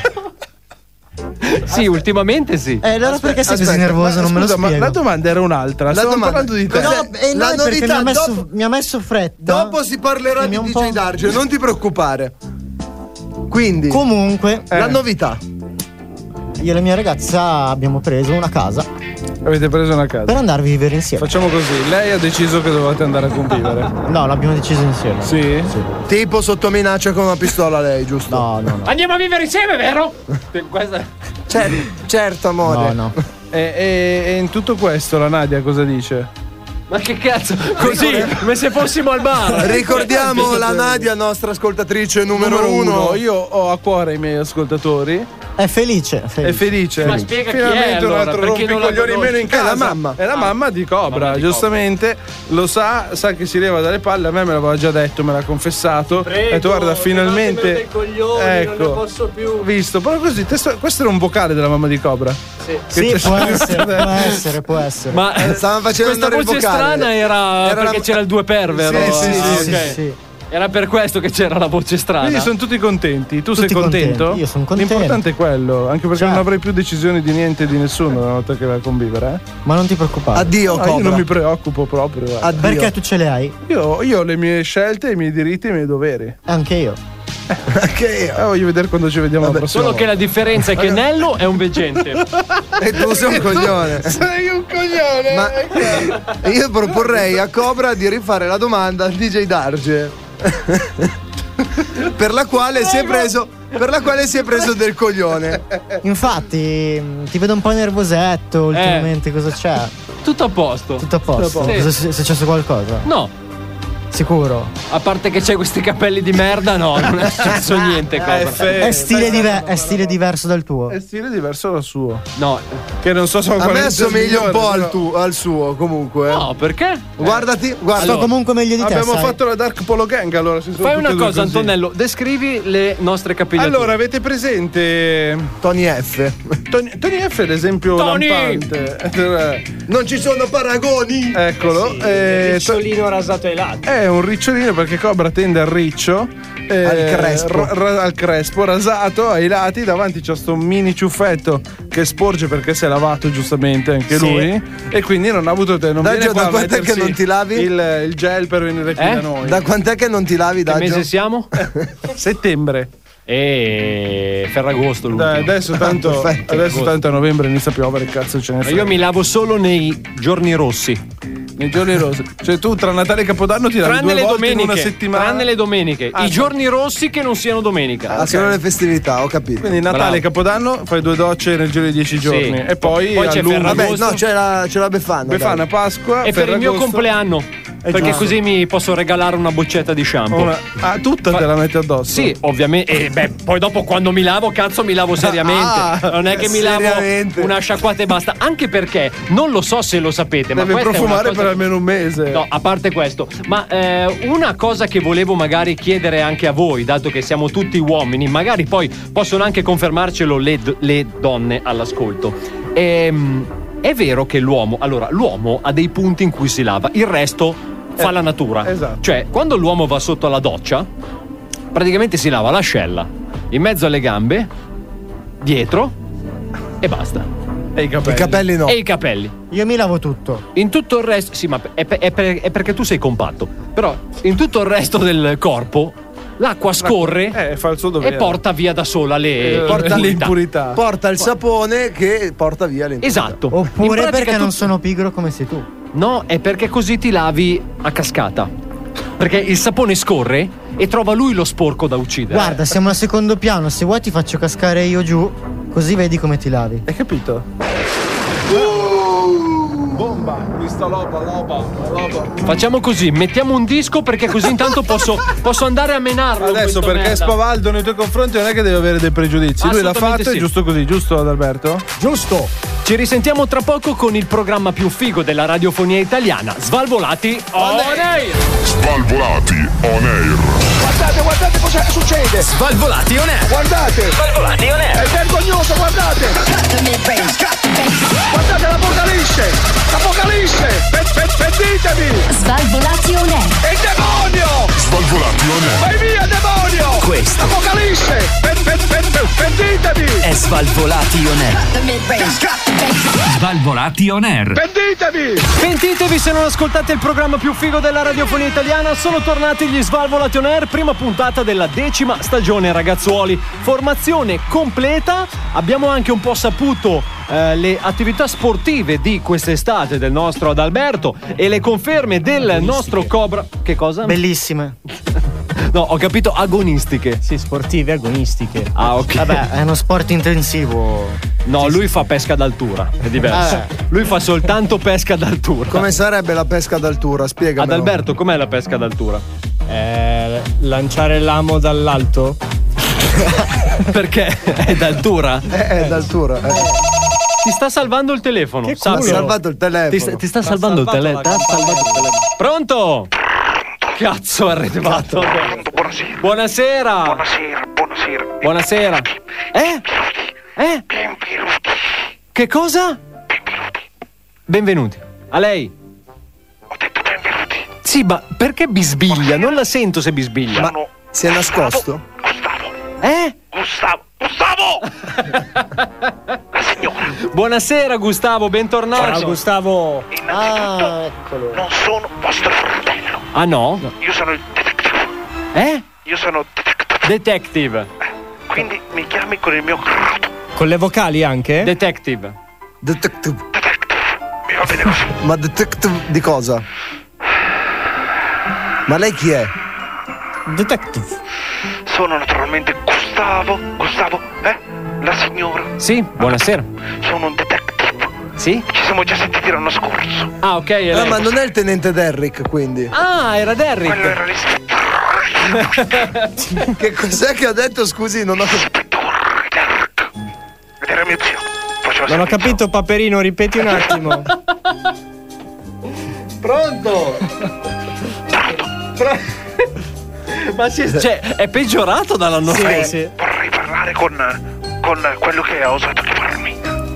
Sì, ultimamente sì. Eh, allora perché sei così aspetta, nervoso? Ma Non me lo scusa, ma spiego. la domanda era un'altra. La Stavamo domanda- parlando di te. Cos'è? No, eh, no, La è perché mi novità, ha, messo, dopo- mi ha messo fretta. Dopo si parlerà E mi di ha un D J po'- Darge, non ti preoccupare. Quindi, Comunque, Eh. la novità. io e la mia ragazza abbiamo preso una casa Avete preso una casa. per andare a vivere insieme. Facciamo così. Lei ha deciso che dovete andare a convivere. No, l'abbiamo deciso insieme. Sì? Tipo sotto minaccia con una pistola lei, giusto? No, no, no. Andiamo a vivere insieme, vero? Questa... Cer- certo, amore. No, no. E, e- e in tutto questo la Nadia cosa dice? Ma che cazzo? Così, come se fossimo al bar. Ricordiamo la Nadia, nostra ascoltatrice numero, Numero uno. uno, io ho a cuore i miei ascoltatori È felice. È felice. Ma spiega chi è, Finalmente un allora, altro per chi non la rompicoglioni in meno in conosce. casa. È la mamma. È la mamma di Cobra, Mamma di giustamente. Lo sa, sa che si leva dalle palle. A me me l'aveva già detto, me l'ha confessato. Prego, ha detto, guarda, finalmente. levatemelo dai coglioni, ecco. non ne posso più. Visto, però così, testo- questo era un vocale della mamma di Cobra. Sì, Che Sì, te- può essere, può essere, può essere. Ma eh, Stavano facendo questa andare il voce vocale. strana era, Era perché la- c'era il due per, vero? Sì, sì, Ah, sì, sì, ok. sì, sì. Era per questo che c'era la voce strana. Quindi sono tutti contenti. Tu Tutti sei contento? contenti, io sono contento. L'importante è quello, anche perché Certo. non avrai più decisioni di niente e di nessuno una volta che vai a convivere. Eh? Ma non ti preoccupare. Addio, No, io Cobra. non mi preoccupo proprio. guarda. Addio. Perché tu ce le hai? Io, io ho le mie scelte, i miei diritti e i miei doveri. Anche io. Che Eh, voglio vedere quando ci vediamo la prossima Solo che la volta. differenza è che Nello è un veggente. E tu sei un coglione. Sei un coglione. Ma io proporrei a Cobra di rifare la domanda al D J Darge. per la quale si è preso per la quale si è preso del coglione. Infatti, mh, ti vedo un po' nervosetto ultimamente. Cosa c'è? Tutto a posto. Tutto a posto? Sì. Cosa, è successo qualcosa? No, Sicuro? a parte che c'hai questi capelli di merda, no, non è successo niente, Cobra. Eh, fe- È stile, diver- è stile diverso dal tuo. È stile diverso dal suo. No, Che non so se A me assomiglia un po' al, tuo. tuo, al suo comunque. no, perché? Guardati, guarda. Sto comunque meglio di te. Abbiamo sai? fatto la Dark Polo Gang allora. si sono Fai tutti una e due cosa, così. Antonello, descrivi le nostre capigliature. Allora, avete presente Tony F. Tony, Tony F è l'esempio Tony! lampante. Non ci sono paragoni. Eccolo. Il eh, ricciolino rasato ai lati. è un ricciolino perché Cobra tende al riccio. eh, Al crespo. ra- ra- al crespo, rasato ai lati. Davanti c'è sto mini ciuffetto che sporge perché si è lavato giustamente anche Sì. lui. E quindi non ha avuto te. Non Daggio, viene qua da a quant'è che mettersi non ti lavi? Il, il gel per venire qui Eh? da noi. Da quant'è che non ti lavi, Che Daggio? mese siamo? Settembre. E Ferragosto l'ultimo. Dai, adesso tanto, Perfetto. adesso tanto a novembre inizia a piovere, cazzo ce ne Ma frega. io mi lavo solo nei giorni rossi. Nei giorni rossi. Cioè tu tra Natale e Capodanno ti lavi Tranne due le volte in domeniche. una settimana. Tranne le domeniche. Ah, I sì. giorni rossi che non siano domenica. Ah, sono le festività, ho capito. Quindi Natale Bravo. e Capodanno fai due docce nel giro di dieci giorni. E poi, Poi c'è allunghi. Ferragosto. Vabbè, no, c'è la, c'è la Befana. Befana, dai. Pasqua. E per il mio Ferragosto. compleanno. Perché giusto. così mi posso regalare una boccetta di shampoo. Una- ah, tutta te la metti addosso? Sì, ovviamente. E beh, poi dopo quando mi lavo, cazzo, mi lavo seriamente. Ah, non è che mi lavo seriamente. una sciacquata e basta. Anche perché non lo so se lo sapete, ma Deve questa è una profumare cosa per che- almeno un mese. No, a parte questo, ma eh, una cosa che volevo magari chiedere anche a voi, dato che siamo tutti uomini, magari poi possono anche confermarcelo le, d- le donne all'ascolto. Ehm, è vero che l'uomo, allora, l'uomo ha dei punti in cui si lava, il resto fa la natura. esatto. Cioè, quando l'uomo va sotto la doccia, praticamente si lava l'ascella, in mezzo alle gambe, dietro e basta. E i capelli. I capelli no. E i capelli. Io mi lavo tutto. In tutto il resto, sì, ma è, per- è per- è perché tu sei compatto. Però in tutto il resto del corpo l'acqua scorre Eh, fa il suo dovere. e porta via da sola le, Eh, porta le le impurità. impurità. Porta il sapone che porta via le impurità. Esatto. In Oppure pratica perché tu- non sono pigro come sei tu. No, è perché così ti lavi a cascata. Perché il sapone scorre e trova lui lo sporco da uccidere. Guarda, siamo al secondo piano. Se vuoi ti faccio cascare io giù, così vedi come ti lavi. Hai capito? Bomba, questa loba, loba, loba. Facciamo così, mettiamo un disco perché così intanto posso, posso andare a menarlo. Adesso questo perché è merda. spavaldo nei tuoi confronti non è che deve avere dei pregiudizi. Lui l'ha Assolutamente fatto, sì. è giusto così, giusto Adalberto? Giusto. Ci risentiamo tra poco con il programma più figo della radiofonia italiana, Svalvolati on Air. Svalvolati on air. Guardate, guardate cosa succede! Svalvolati on air. Guardate! Svalvolati on air. È vergognoso, guardate! Guardate l'apocalisse! L'apocalisse! Pe- pe- Pentitevi! Svalvolati on air. È il demonio! Svalvolati on air. Vai via, demonio! Questo. L'apocalisse! Pe- pe- pe- pe- Pentitevi! È Svalvolati on air. Svalvolati on air. Pentitevi! Pentitevi se non ascoltate il programma più figo della radiofonia italiana. Sono tornati gli Svalvolati on Air, prima puntata della decima stagione, ragazzuoli. Formazione completa. Abbiamo anche un po' saputo eh, le attività sportive di quest'estate del nostro Adalberto e le conferme del nostro Cobra. Che cosa? Bellissime. No, ho capito agonistiche. Sì, sportive, agonistiche. Ah, ok. Vabbè, è uno sport intensivo. No, lui fa pesca d'altura, è diverso. Eh. Lui fa soltanto pesca d'altura. Come sarebbe la pesca d'altura? Spiegamelo. Adalberto, com'è la pesca d'altura? Eh, lanciare l'amo dall'alto? Perché? È d'altura? È, è d'altura. Eh. Ti sta salvando il telefono. Che culo. Ha salvato il telefono. Ti sta, ti sta salvando il telefono. Pronto? Cazzo, è arrivato. Buonasera. Buonasera. Buonasera, buonasera. Buonasera. Eh? Eh? Benvenuti. Che cosa? Benvenuti. Benvenuti. A lei. Ho detto benvenuti. Sì, ma perché bisbiglia? Non la sento se bisbiglia. Ma si è nascosto? Gustavo. Eh? Gustavo. Gustavo! La signora. Buonasera Gustavo, bentornato. Ciao Gustavo. Innanzitutto, Ah, eccolo. non sono vostro fratello. Ah no? Io sono il detective. Eh? Io sono detective. Detective. Quindi mi chiami con il mio grado. Con le vocali anche? Detective. Detective. Mi va bene così. Ma detective di cosa? Ma lei chi è? Detective. Sono naturalmente Gustavo. Gustavo, eh? La signora. Sì, buonasera. Sono un detective. Sì? Ci siamo già sentiti l'anno scorso. Ah, ok. È Ah, lei. ma non è il tenente Derrick, quindi. Ah, era Derrick. Quello era l'ispettore. Che cos'è che ha detto? Scusi, non ho Ispettore Derrick. Ed era mio zio. Faceva Non ho sempre capito, Paperino, ripeti un attimo. Pronto? Pro- Ma si è, cioè, è peggiorato dall'anno Sì, scorso. sì. Vorrei parlare con, con quello che ha osato chiamarmi.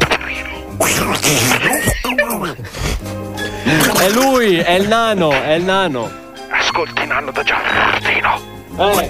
È lui, è il nano, è il nano. Ascolti, Nanno da Giardino. Eh.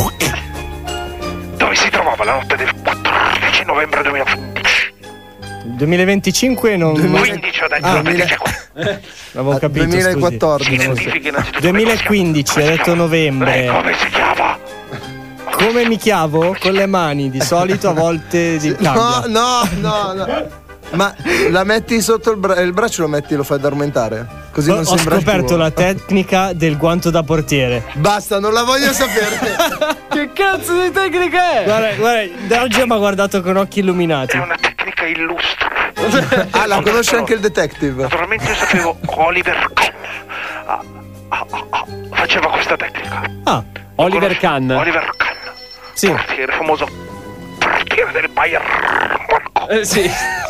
Dove si trovava la notte del quattordici novembre duemilaquindici? duemilaventicinque non... quindici ho detto, Ah, la duemila- venticinque. Avevo capito, duemilaquattordici. Si identifichi innanzitutto. duemilaquindici, ha detto Lei novembre. come si chiama? Come mi chiavo? Con le mani, di solito a volte di No, cambia. no, no, no. Ma la metti sotto il, bra- il braccio, lo metti e lo fai addormentare. Così Ho, non ho sembra il scoperto tuo. la tecnica del guanto da portiere. Basta, non la voglio sapere. Che cazzo di tecnica è? Guarda, guarda, Daggio mi ha guardato con occhi illuminati. È una tecnica illustre. Ah, la conosce anche il detective. Naturalmente io sapevo Oliver Kahn. Ah, ah, ah, ah, faceva questa tecnica. Ah, Oliver Kahn. Oliver Kahn. sì. Portiere, famoso portiere del Bayern Monaco. Eh, sì.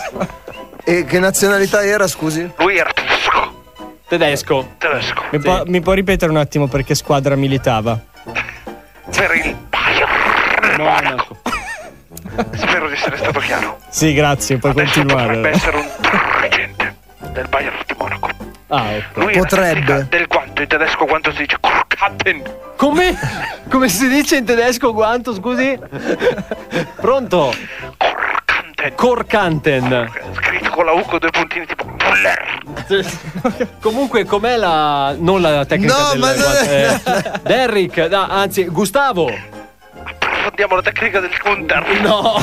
E che nazionalità era, scusi? Lui era tedesco. Tedesco. Tedesco. Mi, può, mi può ripetere un attimo perché squadra militava? Per il Bayern Monaco. Spero di essere stato chiaro. Sì, grazie, puoi Adesso continuare. potrebbe essere un dirigente del Bayern di Monaco. Ah, ok. Lui Potrebbe. Era del guanto, in tedesco quanto si dice? Korkaten. Come? Come si dice in tedesco guanto, scusi? Pronto? Korkanten. Korkanten. Scritto con la U con due puntini tipo Muller. Comunque, com'è la. Non la tecnica No, del ma- guanto, eh, Derrick, no, anzi, Gustavo. Approfondiamo la tecnica del Gunter. No.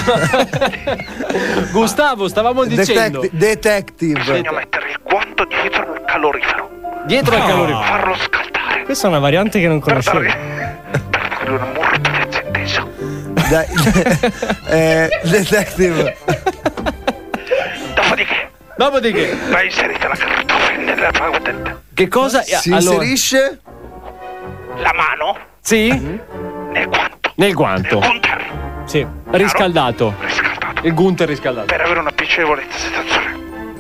Gustavo, stavamo dicendo. Detecti- detective. Bisogna mettere il guanto dietro al calorifero. Dietro al No. calorifero. Farlo scaldare. Questa è una variante che non Per conoscevo. dare, per dare una morbidezza intesa. Dai, eh, detective. Dopodiché, Dopodiché, vai inserita la cartofia nella patente. che cosa. Si allora, inserisce La mano sì? nel guanto. Nel Nel guanto. Gunter. Sì. Riscaldato. Riscaldato. Il Gunter riscaldato. Per avere una piacevole sensazione.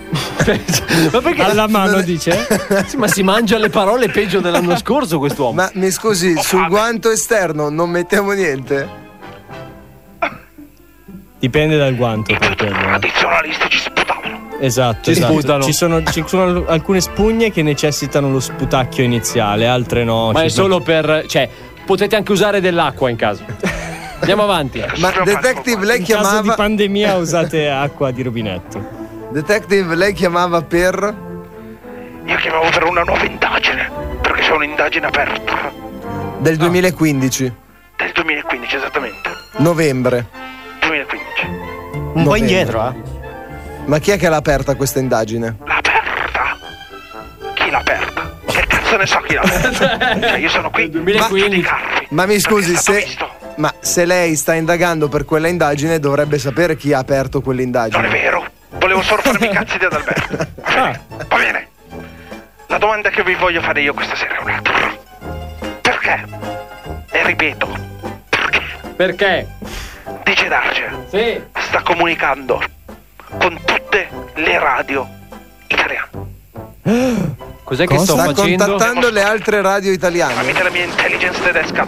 Ma perché? Alla mano non è- dice? Sì, ma si mangia le parole peggio dell'anno scorso quest'uomo. Ma mi scusi, sul guanto esterno non mettiamo niente? Dipende dal guanto. I per quello, eh. tradizionalisti ci sputavano. Esatto, Ci esatto. sputano. Ci sono, ci sono alcune spugne che necessitano lo sputacchio iniziale, altre no. Ma Ci è sono- solo per. Cioè, potete anche usare dell'acqua in caso. Andiamo avanti. Ma detective, lei In caso di chiamava. pandemia usate acqua di rubinetto. Detective, lei chiamava per. Io chiamavo per una nuova indagine. Perché c'è un'indagine aperta. Del duemilaquindici. Del duemilaquindici, esattamente. Novembre. duemilaquindici. Un po' Novembre. indietro, eh. Ma chi è che l'ha aperta questa indagine? L'ha aperta? Chi l'ha aperta? Che cazzo ne so chi l'ha aperta? Cioè, io sono qui per duemilaquindici. giudicarvi. Ma mi scusi, Perché è stato se. visto. Ma se lei sta indagando per quella indagine, dovrebbe sapere chi ha aperto Non è quell'indagine. vero. Volevo solo farmi i cazzi di Adalberto. Va bene. Va bene. La domanda che vi voglio fare io questa sera è un'altra. Perché? E ripeto, perché Perché? D J Darge sì. sta comunicando con tutte le radio italiane. Cos'è che Cosa? sto Sta facendo? contattando le altre radio italiane. Tramite la mia intelligence tedesca.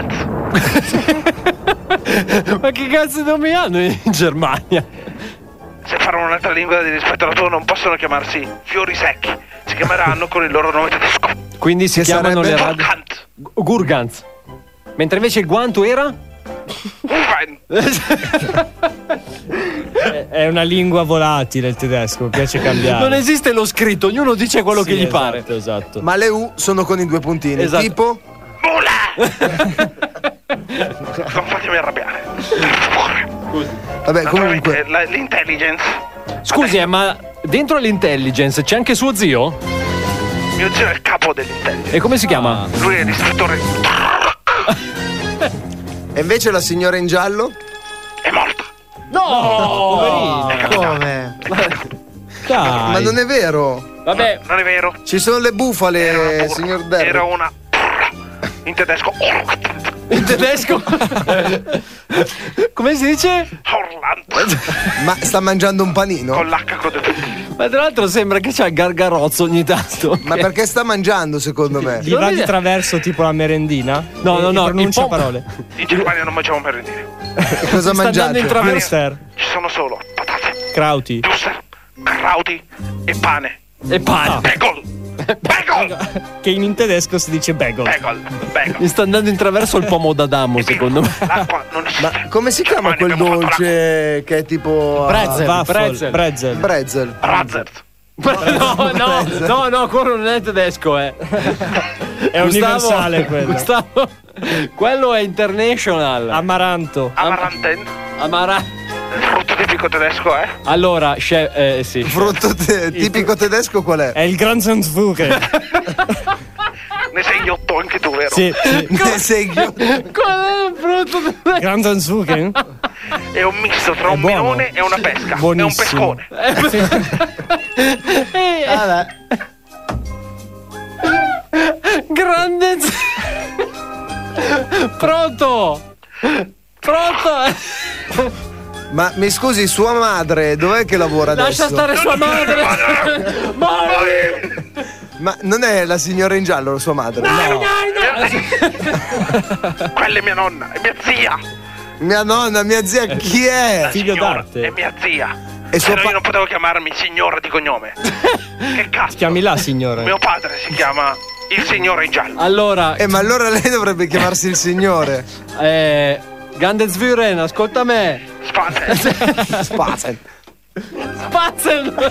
Ma che cazzo di nomi hanno in Germania? Se faranno un'altra lingua rispetto alla tua non possono chiamarsi fiori secchi, si chiameranno con il loro nome tedesco. Quindi si Che chiamano le sarebbe- radio Gurgans. Mentre invece il guanto era? È- È una lingua volatile il tedesco, mi piace cambiare. Non esiste lo scritto, ognuno dice quello Sì, che gli esatto, pare. Esatto. Ma le U sono con i due puntini. Esatto. Tipo. Non fatemi arrabbiare. Vabbè, Naturalmente, comunque. la- l'intelligence. Scusi, eh, ma dentro l'intelligence c'è anche suo zio? Mio zio è il capo dell'intelligence. E come si chiama? Lui è l'istruttore. E invece la signora in giallo? È morta. No! È capitato. Come? Dai. Ma non è vero. Vabbè, Non è vero. Ci sono le bufale, Era signor una. Derry. Era una. In tedesco. in tedesco? Come si dice? Orlando. Ma sta mangiando un panino? Con l'H codeto. Ma tra l'altro sembra che c'ha il gargarozzo ogni tanto. Ma perché sta mangiando, secondo me? Gli va di traverso tipo la merendina? No, E- no, e no, pronuncia il pom- parole. In Germania non mangiamo merendine. Cosa sta andando in mangiate? traverso. Würster, Ci sono solo patate, Krauti. Duster, crauti e pane. E pane. Bagel. Bagel. Che in tedesco si dice bagel. Bagel. Bagel. Mi sta andando in traverso il pomo d'Adamo, secondo me. L'acqua non esiste. Ma come si chiama Domani quel abbiamo fatto dolce che è tipo. ah, Pretzel. Waffle, Pretzel. pretzel. Pretzel. Razzert. No, no, no, no, quello non è tedesco, eh. È universale quello. Gustavo, quello è international. Amaranto. Amaranten. Amara. Frutto tipico tedesco, eh? Allora, chef, eh, sì. Frutto te- tipico tedesco qual è? È il Granzensfuge. Ne sei ghiotto anche tu, vero? Sì, sì. Ne sei io. Qual è il frutto? Granzensfuge. È un misto tra È un buono. melone e una pesca. Buonissimo. È un pescone. Eh, Vabbè. grande. Pronto? Pronto? Ma mi scusi, sua madre dov'è che lavora adesso? Lascia stare sua madre. Madre. Ma non è la signora in giallo la sua madre? No. Quella è mia nonna, è mia zia. Mia nonna, mia zia, chi è? Figlio Signora, d'arte. è mia zia. E suo Però pa- io non potevo chiamarmi signora di cognome. Che cazzo? Chiami là, signore. Mio padre si chiama il signore in giallo. Allora, Eh, ma allora lei dovrebbe chiamarsi il signore. eh, Gandesvuren, ascolta me. Spazio. Spazen. Spazel.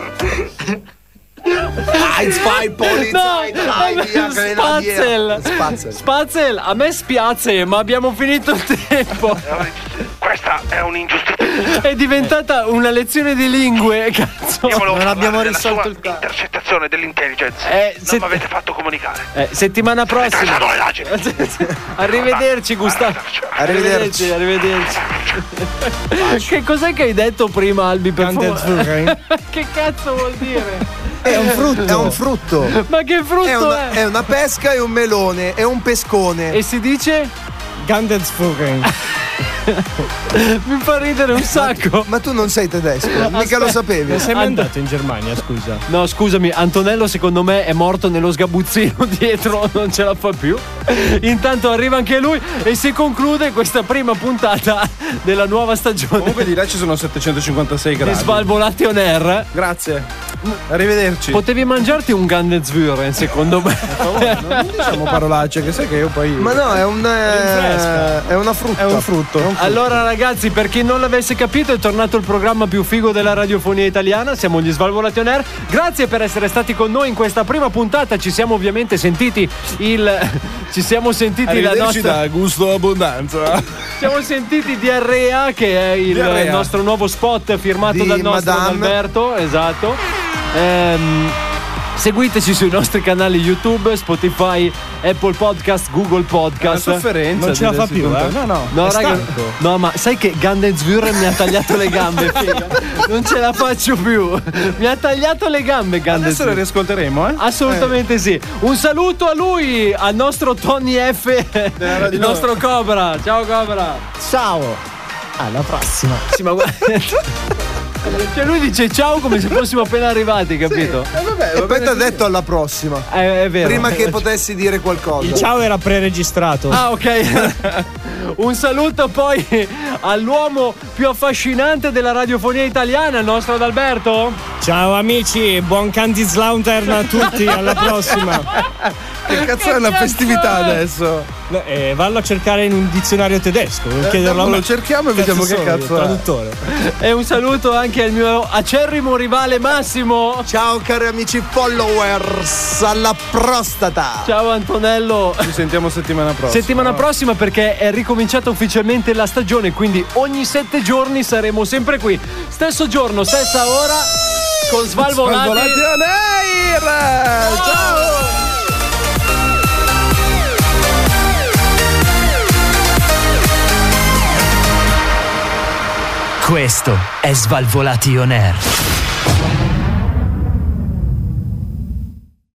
Eins, zwei, Polizei, drei, via, Spazel. Spazel. Spazel, a me spiace, ma abbiamo finito il tempo. Questa è un'ingiustizia. È diventata una lezione di lingue, cazzo. Io volevo Non abbiamo parlare della risolto sua il caso. intercettazione dell'intelligence. Eh, non se- mi avete fatto comunicare. Eh, settimana prossima. Sono l'agile. Arrivederci, Gustavo. Arrivederci. Arrivederci. Che cos'è che hai detto prima, Albi? Per favore? Granzensfuge. Che cazzo vuol dire? È un frutto. È un frutto. Ma che frutto È è? una, è una pesca e un melone. È un pescone. E si dice? Gandensfuge. Mi fa ridere un sacco. Ma tu non sei tedesco, mica lo sapevi. Non sei mai And- andato in Germania, scusa. No, scusami, Antonello secondo me è morto nello sgabuzzino dietro, non ce la fa più. Intanto arriva anche lui e si conclude questa prima puntata della nuova stagione Comunque di là ci sono settecentocinquantasei di gradi. Svalvolati on Air. Grazie. Arrivederci. Potevi mangiarti un Gandesvuren, secondo me. Non diciamo parolacce, che sai che io poi. Ma no, è un. eh, è una frutta. È un frutto. È un frutto. Allora ragazzi, per chi non l'avesse capito, è tornato il programma più figo della radiofonia italiana. Siamo gli Svalvolati on Air. Grazie per essere stati con noi in questa prima puntata. Ci siamo ovviamente sentiti il ci siamo sentiti la Arrivederci nostra da Gusto Abbondanza. Ci siamo sentiti Diarrea, che è il Diarrea. nostro nuovo spot firmato Di dal nostro Madame. Alberto. Esatto. Ehm, seguiteci sui nostri canali YouTube, Spotify, Apple Podcast, Google È una Podcast. sofferenza. Non ce la di fa adesso più, tutto. eh? No, no. No, È raga, stanco. no, ma sai che Gandensvuren mi ha tagliato le gambe, figa. Non ce la faccio più. Mi ha tagliato le gambe, Adesso le Gandensvuren. riascolteremo, eh? Assolutamente sì. Un saluto a lui, al nostro Tony F, il nostro Cobra. Ciao Cobra. Ciao. Alla prossima. Sì, ma guarda. Cioè lui dice ciao come se fossimo appena arrivati, capito? Sì. Eh, vabbè, e poi ti ha detto alla prossima. Eh, è vero. Prima che potessi dire qualcosa. Il ciao era preregistrato. Ah, ok. Un saluto poi all'uomo più affascinante della radiofonia italiana, il nostro Adalberto. Ciao amici, buon Candy Slautern a tutti, alla prossima. Che cazzo è una festività adesso? No, eh, vallo a cercare in un dizionario tedesco. Eh, chiederlo a me. Lo cerchiamo e vediamo che cazzo è. Traduttore. E un saluto anche al mio acerrimo rivale Massimo. Ciao cari amici followers, alla prostata. Ciao Antonello. Ci sentiamo settimana prossima. Settimana prossima perché è ricominciata ufficialmente la stagione, quindi ogni sette giorni saremo sempre qui. Stesso giorno, stessa ora, con Svalvolati. Svalvolati on air. Ciao. Questo è Svalvolati on air.